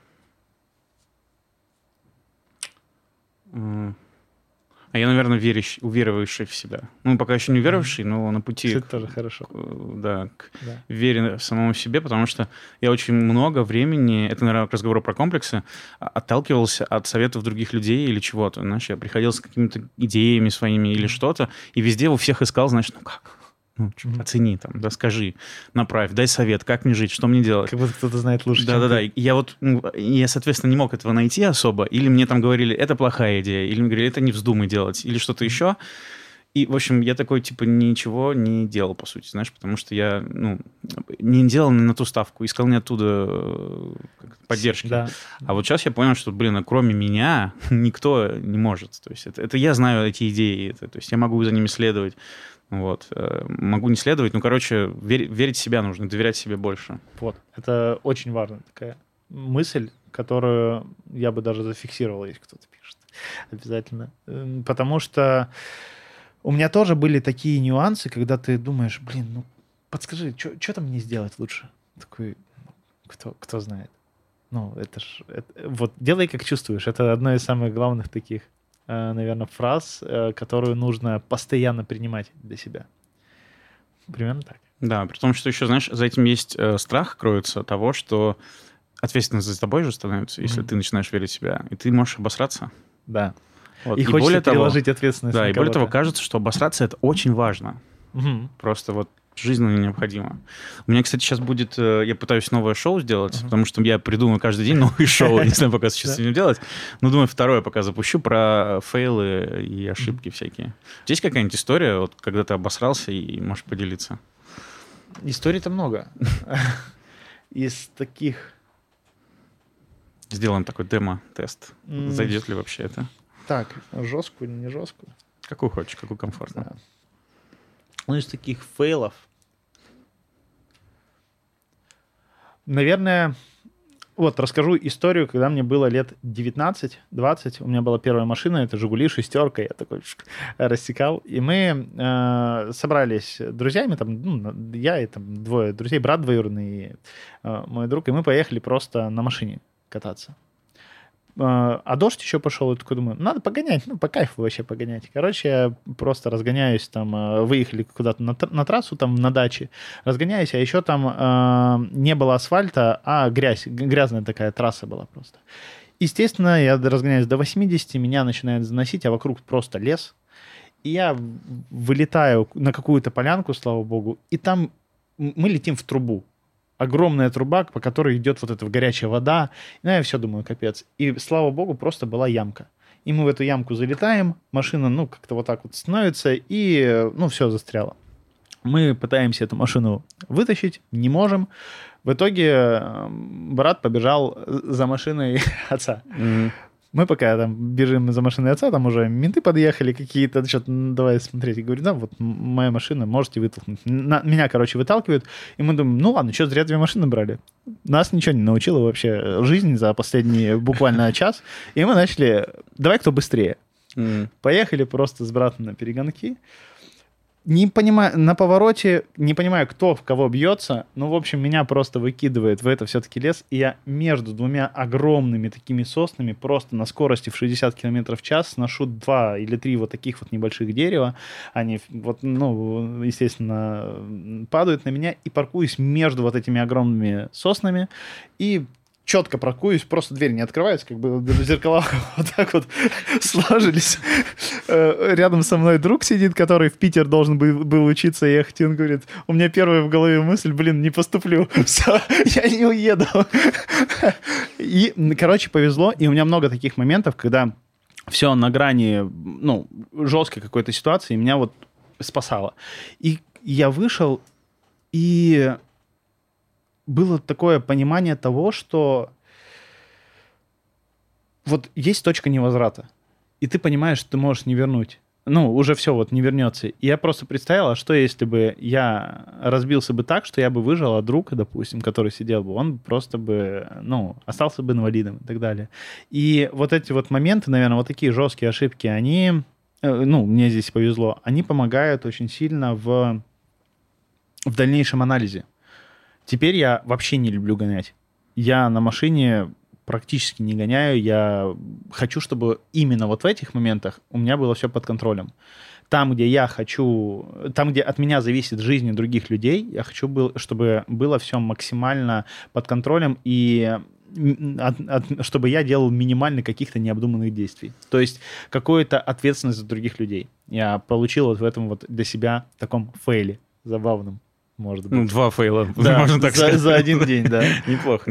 А я, наверное, уверовавший в себя. Пока еще не уверовавший, но на пути... Это тоже хорошо. Да, к вере в самому себе, потому что я очень много времени, это, наверное, к разговору про комплексы, отталкивался от советов других людей или чего-то. Знаешь, я приходил с какими-то идеями своими или что-то, и везде у всех искал, значит, как? Оцени, скажи, направь, дай совет, как мне жить, что мне делать. Как будто кто-то знает лучше, чем ты. Да. Я, соответственно, не мог этого найти особо. Или мне говорили, это плохая идея, или мне говорили, это не вздумай делать, или что-то еще. И, в общем, я такой, ничего не делал, по сути, знаешь, потому что я, не делал на ту ставку, искал не оттуда поддержки. Да. А вот сейчас я понял, что, кроме меня никто не может. То есть это я знаю эти идеи, то есть я могу за ними следовать. Могу не следовать, верить в себя нужно, доверять себе больше. Это очень важная такая мысль, которую я бы даже зафиксировал, если кто-то пишет. Обязательно. Потому что у меня тоже были такие нюансы, когда ты думаешь, подскажи, что-то мне сделать лучше? Такой, кто знает. Делай, как чувствуешь. Это одно из самых главных таких, наверное, фраз, которую нужно постоянно принимать для себя. Примерно так. Да, при том, что еще, знаешь, за этим есть страх, кроется того, что ответственность за тобой же становится, если ты начинаешь верить в себя, и ты можешь обосраться. Да. Вот. И хочется переложить ответственность на кого-то. Да, и более того, кажется, что обосраться — это очень важно. Просто вот жизненно необходимо. У меня, кстати, сейчас будет... Я пытаюсь новое шоу сделать, потому что я придумаю каждый день новые шоу. Не знаю, пока сейчас с ним делать. Но думаю, второе пока запущу про фейлы и ошибки всякие. Есть какая-нибудь история, вот, когда ты обосрался и можешь поделиться? Историй-то много. Из таких... Сделаем такой демо-тест. Зайдет ли вообще это? Так, жесткую или не жесткую? Какую хочешь, какую комфортно. Да. Ну, из таких фейлов... Наверное, вот расскажу историю, когда мне было лет 19-20. У меня была первая машина, это «Жигули», шестерка. Я такой рассекал. И мы собрались с друзьями, там, я и там двое друзей, брат двоюродный и мой друг, и мы поехали просто на машине кататься. А дождь еще пошел, и такой думаю, надо погонять, по кайфу вообще погонять. Короче, я просто разгоняюсь, там, выехали куда-то на трассу, там, на даче, разгоняюсь, а еще там не было асфальта, а грязная такая трасса была просто. Естественно, я разгоняюсь до 80, меня начинает заносить, а вокруг просто лес. И я вылетаю на какую-то полянку, слава богу, и там мы летим в трубу. Огромная труба, по которой идет вот эта горячая вода. Ну, я все думаю, капец. И, слава богу, просто была ямка. И мы в эту ямку залетаем, машина, как-то вот так вот становится, и, все, застряло. Мы пытаемся эту машину вытащить, не можем. В итоге брат побежал за машиной отца. Mm-hmm. Мы пока там бежим за машиной отца, там уже менты подъехали какие-то, что-то, давай смотреть. И говорю, да, вот моя машина, можете вытолкнуть. Меня, выталкивают, и мы думаем, ладно, что, зря 2 машины брали. Нас ничего не научила вообще жизнь за последний буквально час. И мы начали, давай кто быстрее. Поехали просто с братом на перегонки. Не понимаю, на повороте, не понимаю, кто в кого бьется, в общем, меня просто выкидывает в это все-таки лес, и я между 2 огромными такими соснами просто на скорости в 60 км в час сношу 2 или 3 вот таких вот небольших дерева, они вот, естественно, падают на меня, и паркуюсь между вот этими огромными соснами, и четко паркуюсь, просто дверь не открывается, зеркала вот так вот сложились. Рядом со мной друг сидит, который в Питер должен был учиться ехать, и он говорит, у меня первая в голове мысль, не поступлю, все, я не уеду. И, повезло, и у меня много таких моментов, когда все на грани, жесткой какой-то ситуации, меня вот спасало. И я вышел, и было такое понимание того, что вот есть точка невозврата, и ты понимаешь, что ты можешь не вернуть. Уже все вот не вернется. И я просто представил, а что если бы я разбился бы так, что я бы выжил, а друг, допустим, который сидел бы, он просто бы, остался бы инвалидом и так далее. И вот эти вот моменты, наверное, вот такие жесткие ошибки, они, мне здесь повезло, они помогают очень сильно в дальнейшем анализе. Теперь я вообще не люблю гонять. Я на машине практически не гоняю. Я хочу, чтобы именно вот в этих моментах у меня было все под контролем. Там, где я хочу, там, где от меня зависит жизнь других людей, я хочу, чтобы было все максимально под контролем и чтобы я делал минимально каких-то необдуманных действий. То есть какую-то ответственность за других людей. Я получил вот в этом вот для себя таком фейле забавном. Может быть. 2 фейла, да, можно так сказать. За один день, да. Неплохо.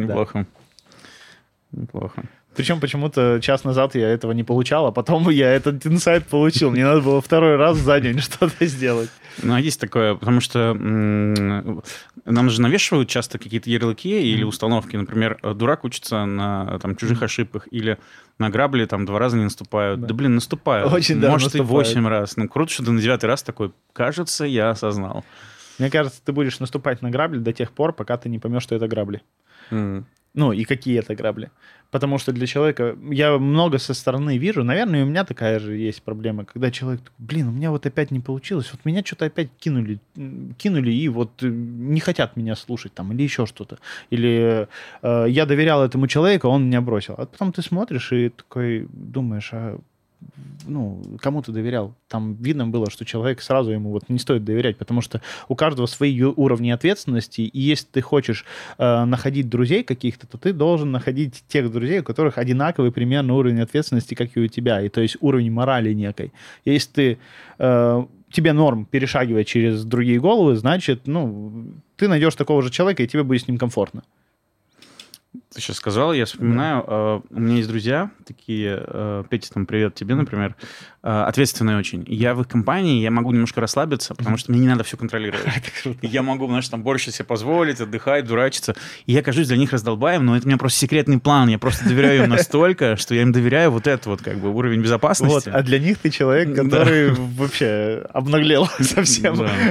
Причем почему-то час назад я этого не получал, а потом я этот инсайт получил. Мне надо было 2 раз за день что-то сделать. Есть такое, потому что нам же навешивают часто какие-то ярлыки или установки. Например, дурак учится на чужих ошибках или на грабли 2 раза не наступают. Да наступают. Очень, может, наступают. И 8 раз. Круто, что ты на 9 раз такой, кажется, я осознал. Мне кажется, ты будешь наступать на грабли до тех пор, пока ты не поймешь, что это грабли. И какие это грабли. Потому что для человека... Я много со стороны вижу. Наверное, у меня такая же есть проблема. Когда человек такой, у меня вот опять не получилось. Вот меня что-то опять кинули и вот не хотят меня слушать или еще что-то. Или я доверял этому человеку, а он меня бросил. А потом ты смотришь и такой думаешь, кому ты доверял? Там видно было, что человек сразу ему вот не стоит доверять, потому что у каждого свои уровни ответственности, и если ты хочешь находить друзей каких-то, то ты должен находить тех друзей, у которых одинаковый примерно уровень ответственности, как и у тебя, и то есть уровень морали некой. Если тебе норм перешагивать через другие головы, значит, ты найдешь такого же человека, и тебе будет с ним комфортно. Ты сейчас сказал, я вспоминаю, у меня есть друзья такие, Петя, там, привет тебе, например, ответственные очень. Я в их компании, я могу немножко расслабиться, потому что мне не надо все контролировать. Я могу, знаешь, там больше себе позволить, отдыхать, дурачиться. И я кажусь для них раздолбаем, но это у меня просто секретный план. Я просто доверяю им настолько, что я им доверяю вот этот вот как бы уровень безопасности. Вот, а для них ты человек, который вообще обнаглел совсем.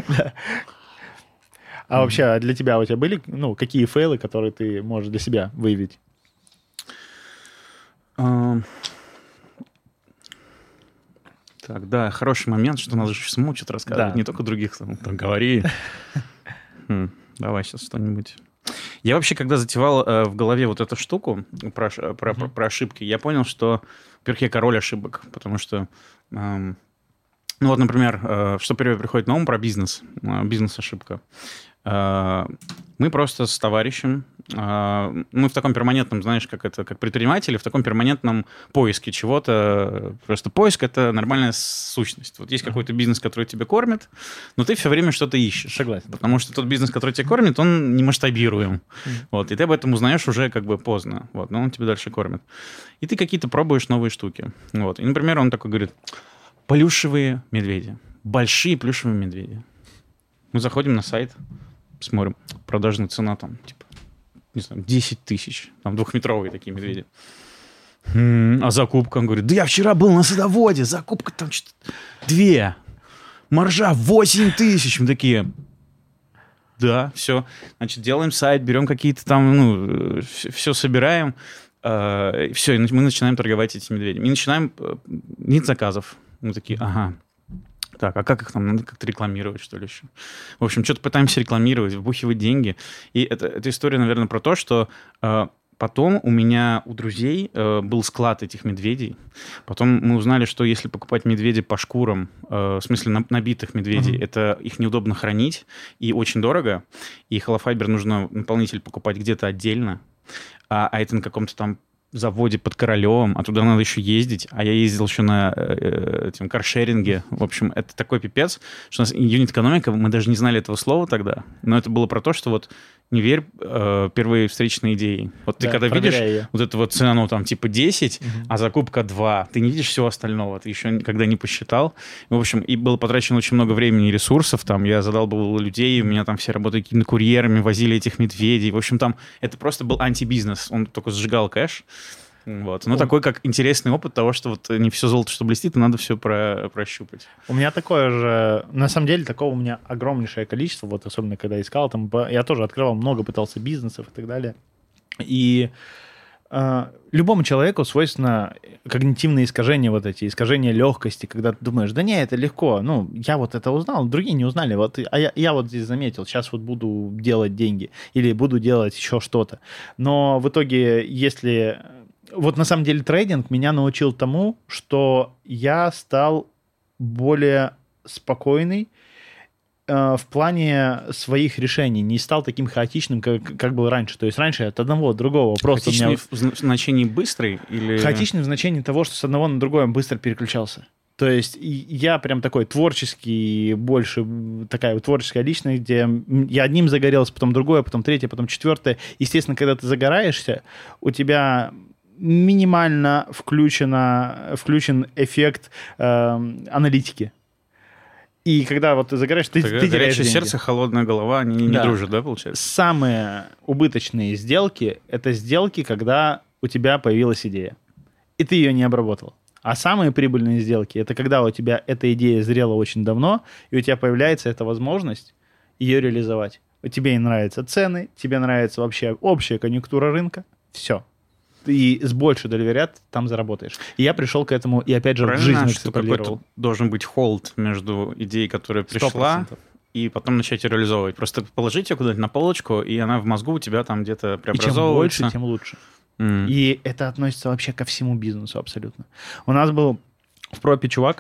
А вообще для тебя, у тебя были, какие фейлы, которые ты можешь для себя выявить? Так, да, хороший момент, что надо же самому что-то рассказывать, не только других, там говори. Давай сейчас что-нибудь. Я вообще, когда затевал в голове вот эту штуку про ошибки, я понял, что, во-первых, я король ошибок, потому что... например, что первое приходит на ум про бизнес, бизнес-ошибка. Мы просто с товарищем, мы в таком перманентном, знаешь, как предприниматели, в таком перманентном поиске чего-то. Просто поиск — это нормальная сущность. Вот есть какой-то бизнес, который тебя кормит, но ты все время что-то ищешь. Согласен. Потому что тот бизнес, который тебя кормит, он не масштабируем. Вот, и ты об этом узнаешь уже как бы поздно. Вот, но он тебя дальше кормит. И ты какие-то пробуешь новые штуки. Вот. И, например, он такой говорит: плюшевые медведи. Большие плюшевые медведи. Мы заходим на сайт, смотрим, продажная цена там, не знаю, 10 тысяч. Там 2-метровые такие медведи. А закупка? Он говорит: да я вчера был на садоводе, закупка там что-то 2. Маржа 8 тысяч. Мы такие: да, все. Значит, делаем сайт, берем какие-то там, все собираем. Все, и мы начинаем торговать этими медведями. И начинаем... Нет заказов. Мы такие: ага. Так, а как их там? Надо как-то рекламировать, что ли, еще? В общем, что-то пытаемся рекламировать, вбухивать деньги. И эта история, наверное, про то, что потом у друзей был склад этих медведей. Потом мы узнали, что если покупать медведей по шкурам, в смысле набитых медведей, это их неудобно хранить и очень дорого. И холофайбер нужно наполнитель покупать где-то отдельно. А это на каком-то там заводе под Королевом, а туда надо еще ездить. А я ездил еще на каршеринге. В общем, это такой пипец, что у нас юнит-экономика, мы даже не знали этого слова тогда, но это было про то, что вот не верь первые встречные идеи. Вот ты когда видишь вот эту вот цену там типа 10, а закупка 2, ты не видишь всего остального, ты еще никогда не посчитал. В общем, и было потрачено очень много времени и ресурсов. Там я задалбывал людей, у меня там все работали кинокурьерами, возили этих медведей. В общем, там это просто был антибизнес. Он только сжигал кэш. Вот. Но такой как интересный опыт того, что вот не все золото, что блестит, и надо все прощупать. У меня такое же... На самом деле, такого у меня огромнейшее количество, вот особенно когда искал, там, я тоже открывал много, пытался бизнесов и так далее. И любому человеку свойственно когнитивные искажения, вот эти искажения легкости, когда ты думаешь: да не, это легко, я вот это узнал, другие не узнали, вот, а я вот здесь заметил, сейчас вот буду делать деньги или буду делать еще что-то. Но в итоге, если... Вот на самом деле трейдинг меня научил тому, что я стал более спокойный в плане своих решений, не стал таким хаотичным, как был раньше. То есть раньше от одного до другого просто... Хаотичный в значении быстрый? Или... Хаотичный в значении того, что с одного на другое быстро переключался. То есть я прям такой творческий, больше такая творческая личность, где я одним загорелся, потом другое, потом третье, потом четвертое. Естественно, когда ты загораешься, у тебя... минимально включен эффект аналитики. И когда вот ты загораешь, ты теряешь горячее деньги. Сердце, холодная голова, они не дружат, да, получается? Самые убыточные сделки — это сделки, когда у тебя появилась идея, и ты ее не обработал. А самые прибыльные сделки — это когда у тебя эта идея зрела очень давно, и у тебя появляется эта возможность ее реализовать. Тебе не нравятся цены, тебе нравится вообще общая конъюнктура рынка. Все. И с большей долей вероятности там заработаешь. И я пришел к этому, и опять же в жизни экстраполировал. Должен быть холд между идеей, которая пришла, 100%. И потом начать ее реализовывать. Просто положить ее куда-нибудь на полочку, и она в мозгу у тебя там где-то преобразовывается. И чем больше, тем лучше. И это относится вообще ко всему бизнесу абсолютно. У нас был В пропе чувак,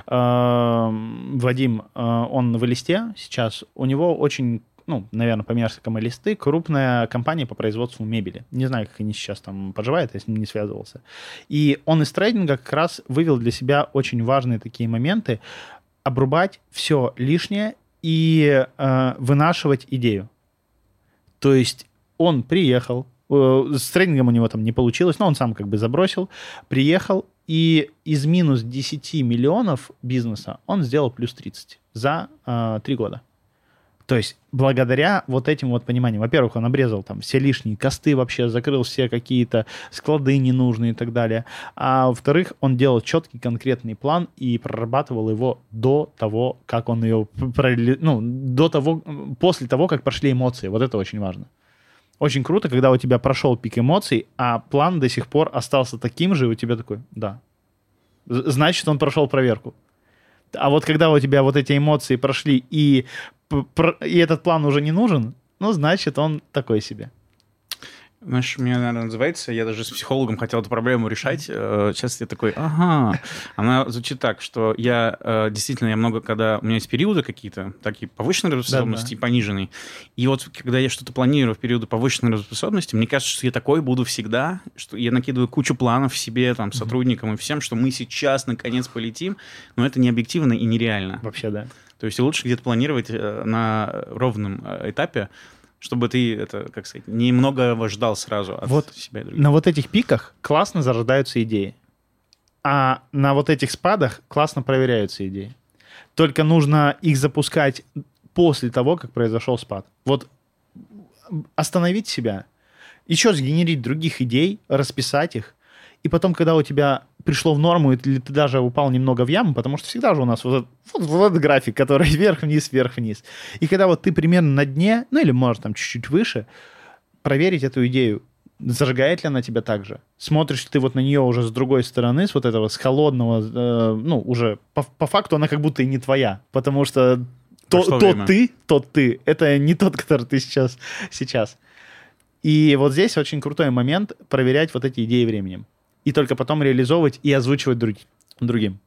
Вадим, он в Элисте сейчас, у него очень, наверное, по мерзкому Элисты, крупная компания по производству мебели. Не знаю, как они сейчас там поживают, я с ним не связывался. И он из трейдинга как раз вывел для себя очень важные такие моменты, обрубать все лишнее и вынашивать идею. То есть он приехал, с трейдингом у него там не получилось, но он сам как бы забросил, приехал, и из минус 10 миллионов бизнеса он сделал плюс 30 за 3 года. То есть благодаря вот этим вот пониманиям, во-первых, он обрезал там все лишние косты вообще, закрыл все какие-то склады ненужные и так далее, а во-вторых, он делал четкий конкретный план и прорабатывал его до того, как он ее, после того, как прошли эмоции. Вот это очень важно. Очень круто, когда у тебя прошел пик эмоций, а план до сих пор остался таким же, и у тебя такой, да, значит, он прошел проверку. А вот когда у тебя вот эти эмоции прошли, и этот план уже не нужен, значит, он такой себе. Знаешь, меня, наверное, называется, я даже с психологом хотел эту проблему решать. Сейчас я такой, ага. Она звучит так, что я действительно, когда у меня есть периоды какие-то, такие повышенной работоспособности и пониженной. И вот когда я что-то планирую в периоды повышенной работоспособности, мне кажется, что я такой буду всегда, что я накидываю кучу планов себе, там, сотрудникам и всем, что мы сейчас наконец полетим, но это не объективно и нереально. Вообще, да. То есть лучше где-то планировать на ровном этапе, чтобы ты, немного ждал сразу от себя и других. На вот этих пиках классно зарождаются идеи, а на вот этих спадах классно проверяются идеи. Только нужно их запускать после того, как произошел спад. Вот остановить себя, еще сгенерить других идей, расписать их, и потом, когда у тебя пришло в норму, или ты даже упал немного в яму, потому что всегда же у нас вот этот график, который вверх-вниз, вверх-вниз. И когда вот ты примерно на дне, или, может, там чуть-чуть выше, проверить эту идею, зажигает ли она тебя так же. Смотришь ты вот на нее уже с другой стороны, с вот этого, с холодного, уже по факту она как будто и не твоя, потому что тот ты, это не тот, который ты сейчас. И вот здесь очень крутой момент проверять вот эти идеи временем. И только потом реализовывать и озвучивать другим.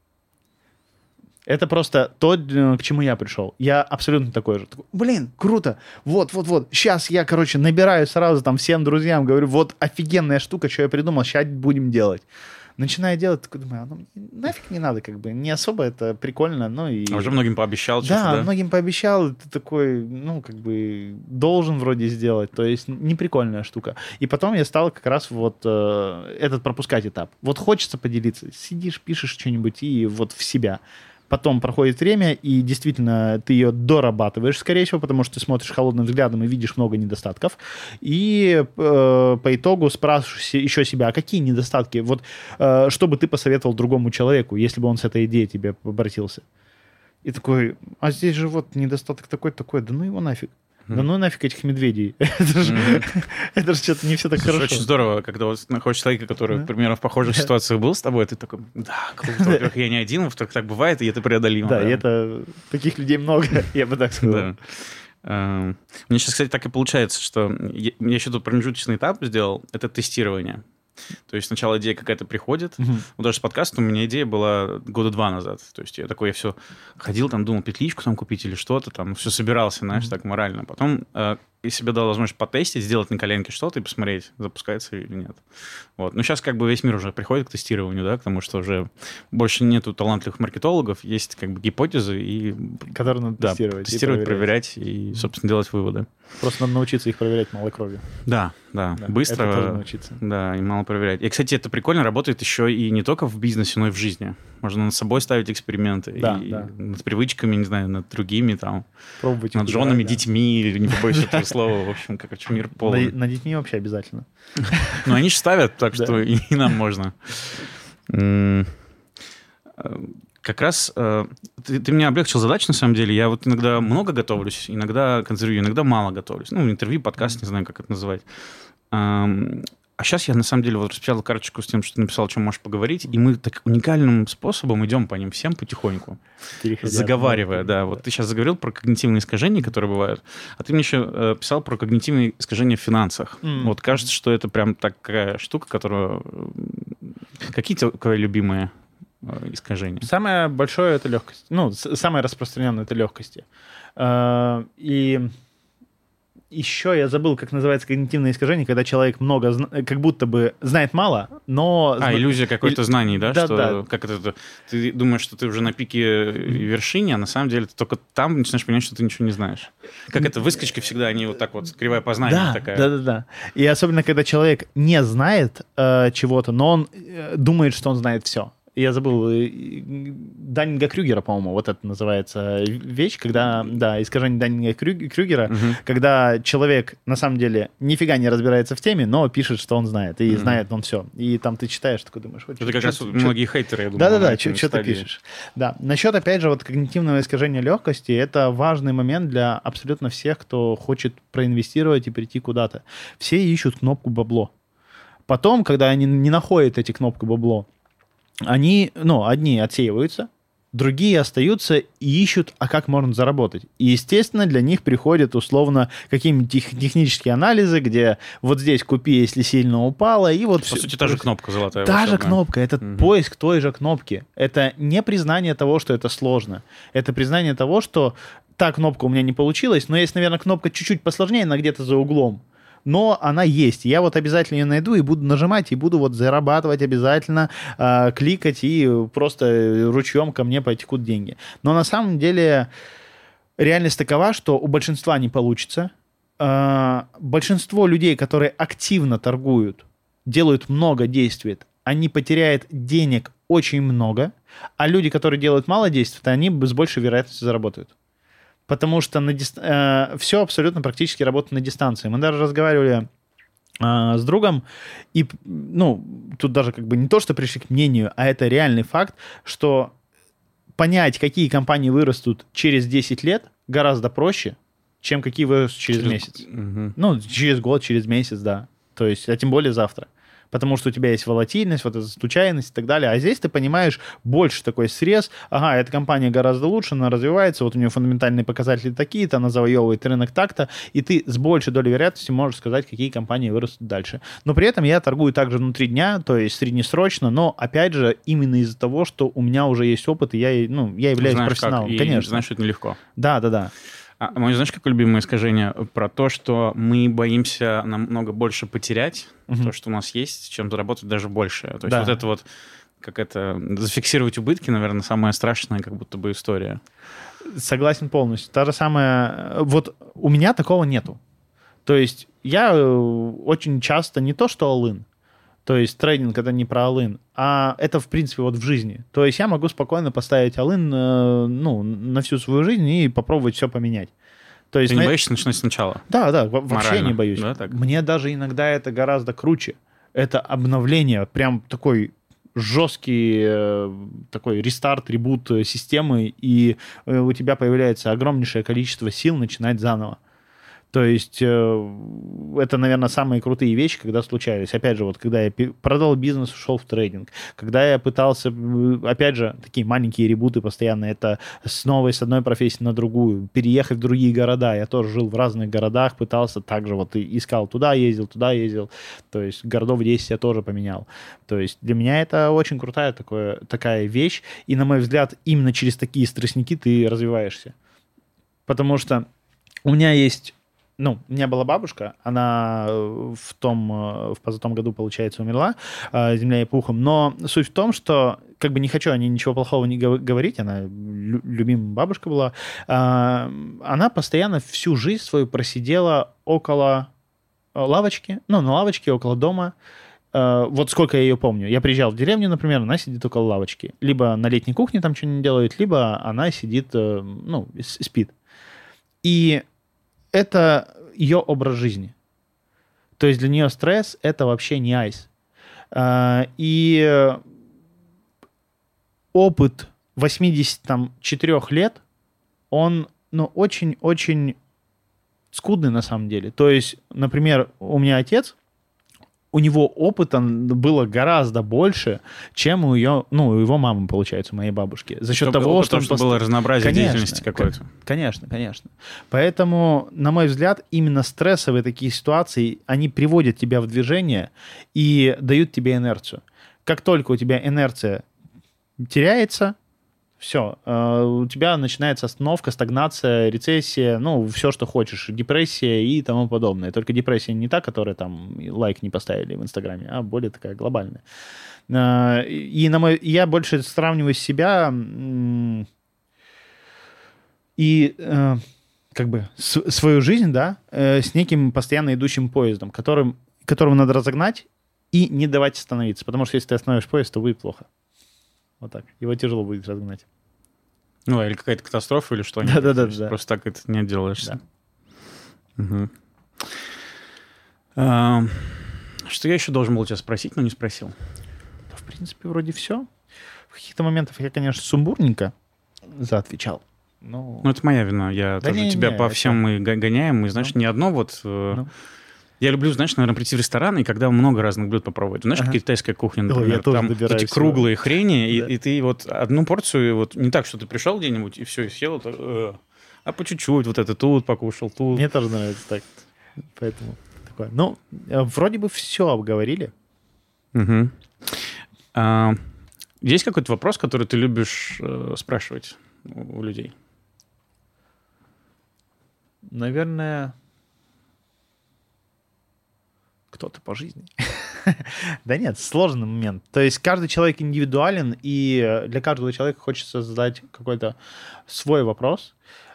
Это просто то, к чему я пришел. Я абсолютно такой же. Блин, круто. Вот. Сейчас я, набираю сразу там всем друзьям, говорю, вот офигенная штука, что я придумал, сейчас будем делать. Начинаю делать, такой думаю, нафиг не надо, не особо это прикольно, А уже многим пообещал что-то, да? Да, многим пообещал, ты такой, должен вроде сделать, то есть неприкольная штука. И потом я стал как раз этот пропускать этап. Вот хочется поделиться, сидишь, пишешь что-нибудь и вот в себя. Потом проходит время, и действительно ты ее дорабатываешь, скорее всего, потому что ты смотришь холодным взглядом и видишь много недостатков. И по итогу спрашиваешь еще себя, а какие недостатки? Вот что бы ты посоветовал другому человеку, если бы он с этой идеей тебе обратился? И такой, а здесь же вот недостаток такой, да ну его нафиг. Да ну нафиг этих медведей. Это же что-то не все так хорошо. Очень здорово, когда вот находишь человека, который примерно в похожих ситуациях был с тобой, ты такой, да, круто. Во-первых, я не один, во-вторых, так бывает, и это преодолимо. Да, и это таких людей много, я бы так сказал. Мне сейчас, кстати, так и получается, что я еще тут промежуточный этап сделал, это тестирование. То есть сначала идея какая-то приходит. Вот даже с подкастом у меня идея была 2 года назад. То есть я все ходил, там думал, петличку там купить или что-то, там все собирался, знаешь, так морально. Потом я себе дал возможность потестить, сделать на коленке что-то и посмотреть, запускается или нет. Вот. Но сейчас весь мир уже приходит к тестированию, да, потому что уже больше нету талантливых маркетологов, есть гипотезы, и которые надо тестировать, проверять и, собственно, делать выводы. Просто надо научиться их проверять малой кровью. Да, быстро. Это тоже научиться. Да, и мало проверять. И, кстати, это прикольно работает еще и не только в бизнесе, но и в жизни. Можно над собой ставить эксперименты. Над привычками, не знаю, над другими, там, пробовать над женами, детьми, не побоюсь этого слова. В общем, мир полный. Над детьми вообще обязательно. Ну, они же ставят, так что и нам можно. Как раз ты мне облегчил задачу, на самом деле. Я вот иногда много готовлюсь, иногда к интервью, иногда мало готовлюсь. Интервью, подкаст, не знаю, как это называть. А сейчас я, на самом деле, распечатал карточку с тем, что ты написал, о чем можешь поговорить, и мы так уникальным способом идем по ним всем потихоньку, заговаривая. Да, вот ты сейчас заговорил про когнитивные искажения, которые бывают, а ты мне еще писал про когнитивные искажения в финансах. Вот кажется, что это прям такая штука, которая... Какие твои любимые искажение? Самое большое — это легкость. Ну, самое распространенное — это легкости. И еще я забыл, как называется когнитивное искажение, когда человек как будто бы знает мало, но... иллюзия какой-то знаний, да? Да, что, да. Как это, ты думаешь, что ты уже на пике вершине, а на самом деле ты только там начинаешь понимать, что ты ничего не знаешь. Как это, выскочки всегда, они вот так вот, кривая познания такая. Да. И особенно, когда человек не знает чего-то, но он думает, что он знает все. Я забыл, Даннинга-Крюгера, по-моему, вот это называется вещь, когда, искажение Даннинга-Крюгера, когда человек на самом деле нифига не разбирается в теме, но пишет, что он знает, и знает он все. И там ты читаешь, такой думаешь... Вот, это как раз многие хейтеры, я думаю. Да-да-да, что ты пишешь. Да. Насчет, опять же, вот когнитивного искажения легкости, это важный момент для абсолютно всех, кто хочет проинвестировать и прийти куда-то. Все ищут кнопку бабло. Потом, когда они не находят эти кнопку бабло, они, одни отсеиваются, другие остаются и ищут, а как можно заработать. И, естественно, для них приходят условно какие-нибудь технические анализы, где вот здесь купи, если сильно упало, и вот... По сути, та же кнопка золотая. Та же кнопка, это поиск той же кнопки. Это не признание того, что это сложно. Это признание того, что та кнопка у меня не получилась, но есть, наверное, кнопка чуть-чуть посложнее, она где-то за углом. Но она есть. Я вот обязательно ее найду и буду нажимать, и буду вот зарабатывать обязательно, кликать, и просто ручьем ко мне потекут деньги. Но на самом деле реальность такова, что у большинства не получится. Большинство людей, которые активно торгуют, делают много действий, они потеряют денег очень много, а люди, которые делают мало действий, они с большей вероятностью заработают. Потому что все абсолютно практически работает на дистанции. Мы даже разговаривали с другом, и тут даже как бы не то, что пришли к мнению, а это реальный факт, что понять, какие компании вырастут через 10 лет, гораздо проще, чем какие вырастут через месяц. Угу. Через год, через месяц, да. То есть, а тем более завтра. Потому что у тебя есть волатильность, вот эта случайность и так далее. А здесь ты понимаешь больше такой срез. Ага, эта компания гораздо лучше, она развивается, вот у нее фундаментальные показатели такие-то, она завоевывает рынок так-то, и ты с большей долей вероятности можешь сказать, какие компании вырастут дальше. Но при этом я торгую также внутри дня, то есть среднесрочно, но, опять же, именно из-за того, что у меня уже есть опыт, и я являюсь профессионалом. Конечно. Знаешь, что это нелегко. Да. Мое, знаешь, какое любимое искажение? Про то, что мы боимся намного больше потерять то, что у нас есть, чем заработать даже больше. То есть вот это вот, как это, зафиксировать убытки, наверное, самая страшная как будто бы история. Согласен полностью. Та же самая... Вот у меня такого нету. То есть я очень часто не то, что all-in, то есть трейдинг — это не про all-in, а это, в принципе, вот в жизни. То есть я могу спокойно поставить all-in на всю свою жизнь и попробовать все поменять. То есть, ты не боишься начинать сначала? Да, вообще морально не боюсь. Да, так? Мне даже иногда это гораздо круче. Это обновление, прям такой жесткий такой рестарт, ребут системы, и у тебя появляется огромнейшее количество сил начинать заново. То есть это, наверное, самые крутые вещи, когда случались. Опять же, вот когда я продал бизнес, ушел в трейдинг, когда я пытался, опять же, такие маленькие ребуты постоянно, это с одной профессии на другую, переехать в другие города. Я тоже жил в разных городах, пытался также вот искал туда ездил. То есть городов 10 я тоже поменял. То есть для меня это очень крутая такая вещь. И, на мой взгляд, именно через такие стresсники ты развиваешься. Потому что у меня есть... у меня была бабушка, она в позатом году, получается, умерла, земля ей пухом, но суть в том, что, как бы не хочу о ней ничего плохого не говорить, она любимая бабушка была, она постоянно всю жизнь свою просидела около лавочки, на лавочке около дома, вот сколько я ее помню. Я приезжал в деревню, например, она сидит около лавочки. Либо на летней кухне там что-нибудь делает, либо она сидит, спит. И это ее образ жизни. То есть для нее стресс — это вообще не айс. И опыт 84 лет, он очень-очень скудный на самом деле. То есть, например, у меня отец, у него опыта было гораздо больше, чем у его мамы, получается, у моей бабушки. За счет того, что было разнообразие деятельности какой-то. Конечно. Поэтому, на мой взгляд, именно стрессовые такие ситуации, они приводят тебя в движение и дают тебе инерцию. Как только у тебя инерция теряется, все, у тебя начинается остановка, стагнация, рецессия, ну, все, что хочешь, депрессия и тому подобное. Только депрессия не та, которая там лайк не поставили в Инстаграме, а более такая глобальная. И я больше сравниваю себя и как бы свою жизнь, да, с неким постоянно идущим поездом, которого надо разогнать и не давать остановиться. Потому что если ты остановишь поезд, то будет плохо. Вот так. Его тяжело будет разгнать. Ну, или какая-то катастрофа, или что-нибудь. Да. Просто так это не отделаешься. Да. Угу. Что я еще должен был тебя спросить, но не спросил? В принципе, вроде все. В каких-то моментах я, конечно, сумбурненько заотвечал. Но... Ну, это моя вина. Я тоже тебя по всем мы гоняем. И, знаешь, не одно вот... Я люблю, знаешь, наверное, прийти в ресторан, и когда много разных блюд попробовать. Знаешь, как китайская кухня, например, там эти круглые хрени, и ты вот одну порцию, вот не так, что ты пришел где-нибудь и все, и съел, а по чуть-чуть, вот это тут покушал, тут. Мне тоже нравится так. Поэтому такое. Ну, вроде бы все обговорили. Угу. Есть какой-то вопрос, который ты любишь спрашивать у людей? Наверное... Кто-то по жизни. Да нет, сложный момент. То есть каждый человек индивидуален, и для каждого человека хочется задать какой-то свой вопрос,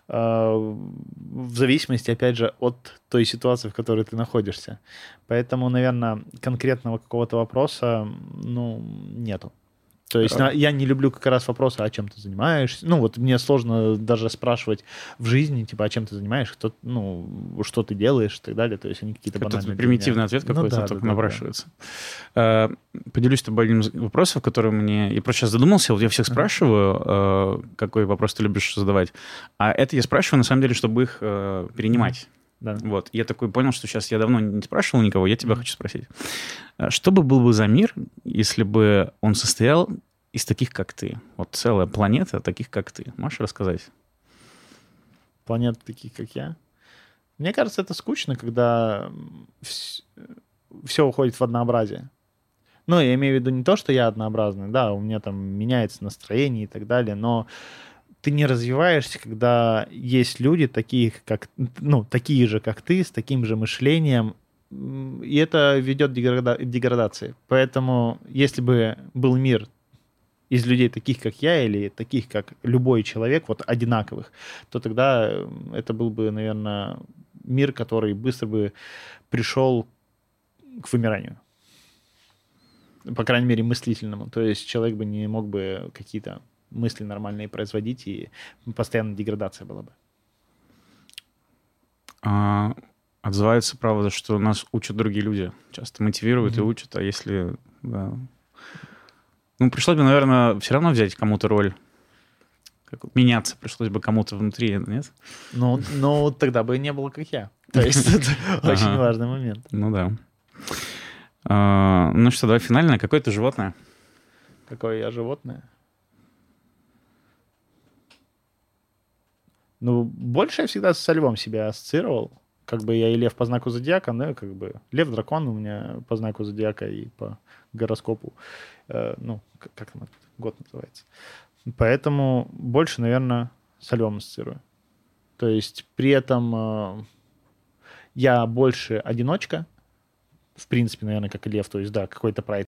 в зависимости, опять же, от той ситуации, в которой ты находишься. Поэтому, наверное, конкретного какого-то вопроса, нету. То есть я не люблю как раз вопросы, а чем ты занимаешься. Ну, вот мне сложно даже спрашивать в жизни, типа, а чем ты занимаешься, что ты делаешь и так далее. То есть они какие-то банальные. Примитивный ответ какой-то только напрашивается. Да. Поделюсь с тобой одним из вопросов, который мне... Я просто сейчас задумался, вот я всех спрашиваю, какой вопрос ты любишь задавать, а это я спрашиваю, на самом деле, чтобы их перенимать. Да. Вот. Я такой понял, что сейчас я давно не спрашивал никого, я тебя хочу спросить. Что бы был бы за мир, если бы он состоял из таких, как ты? Вот целая планета таких, как ты. Можешь рассказать? Планеты таких, как я? Мне кажется, это скучно, когда все уходит в однообразие. Ну, я имею в виду не то, что я однообразный, да, у меня там меняется настроение и так далее, но ты не развиваешься, когда есть люди, такие же, как ты, с таким же мышлением, и это ведет к деградации. Поэтому, если бы был мир из людей таких, как я, или таких, как любой человек, вот одинаковых, то тогда это был бы, наверное, мир, который быстро бы пришел к вымиранию. По крайней мере, мыслительному. То есть человек бы не мог бы какие-то мысли нормальные производить, и постоянно деградация была бы. Отзывается, правда, что нас учат другие люди. Часто мотивируют и учат, а если... Да. Пришлось бы, наверное, все равно взять кому-то роль. Меняться пришлось бы кому-то внутри, нет? Ну, тогда бы не было, как я. То есть это очень важный момент. Ну да. Ну что, давай финальное. Какое ты животное? Какое я животное? Больше я всегда со львом себя ассоциировал. Как бы я и лев по знаку зодиака, но как бы лев-дракон у меня по знаку зодиака и по гороскопу. Как там этот год называется. Поэтому больше, наверное, со львом ассоциирую. То есть при этом я больше одиночка, в принципе, наверное, как и лев. То есть, да, какой-то прайд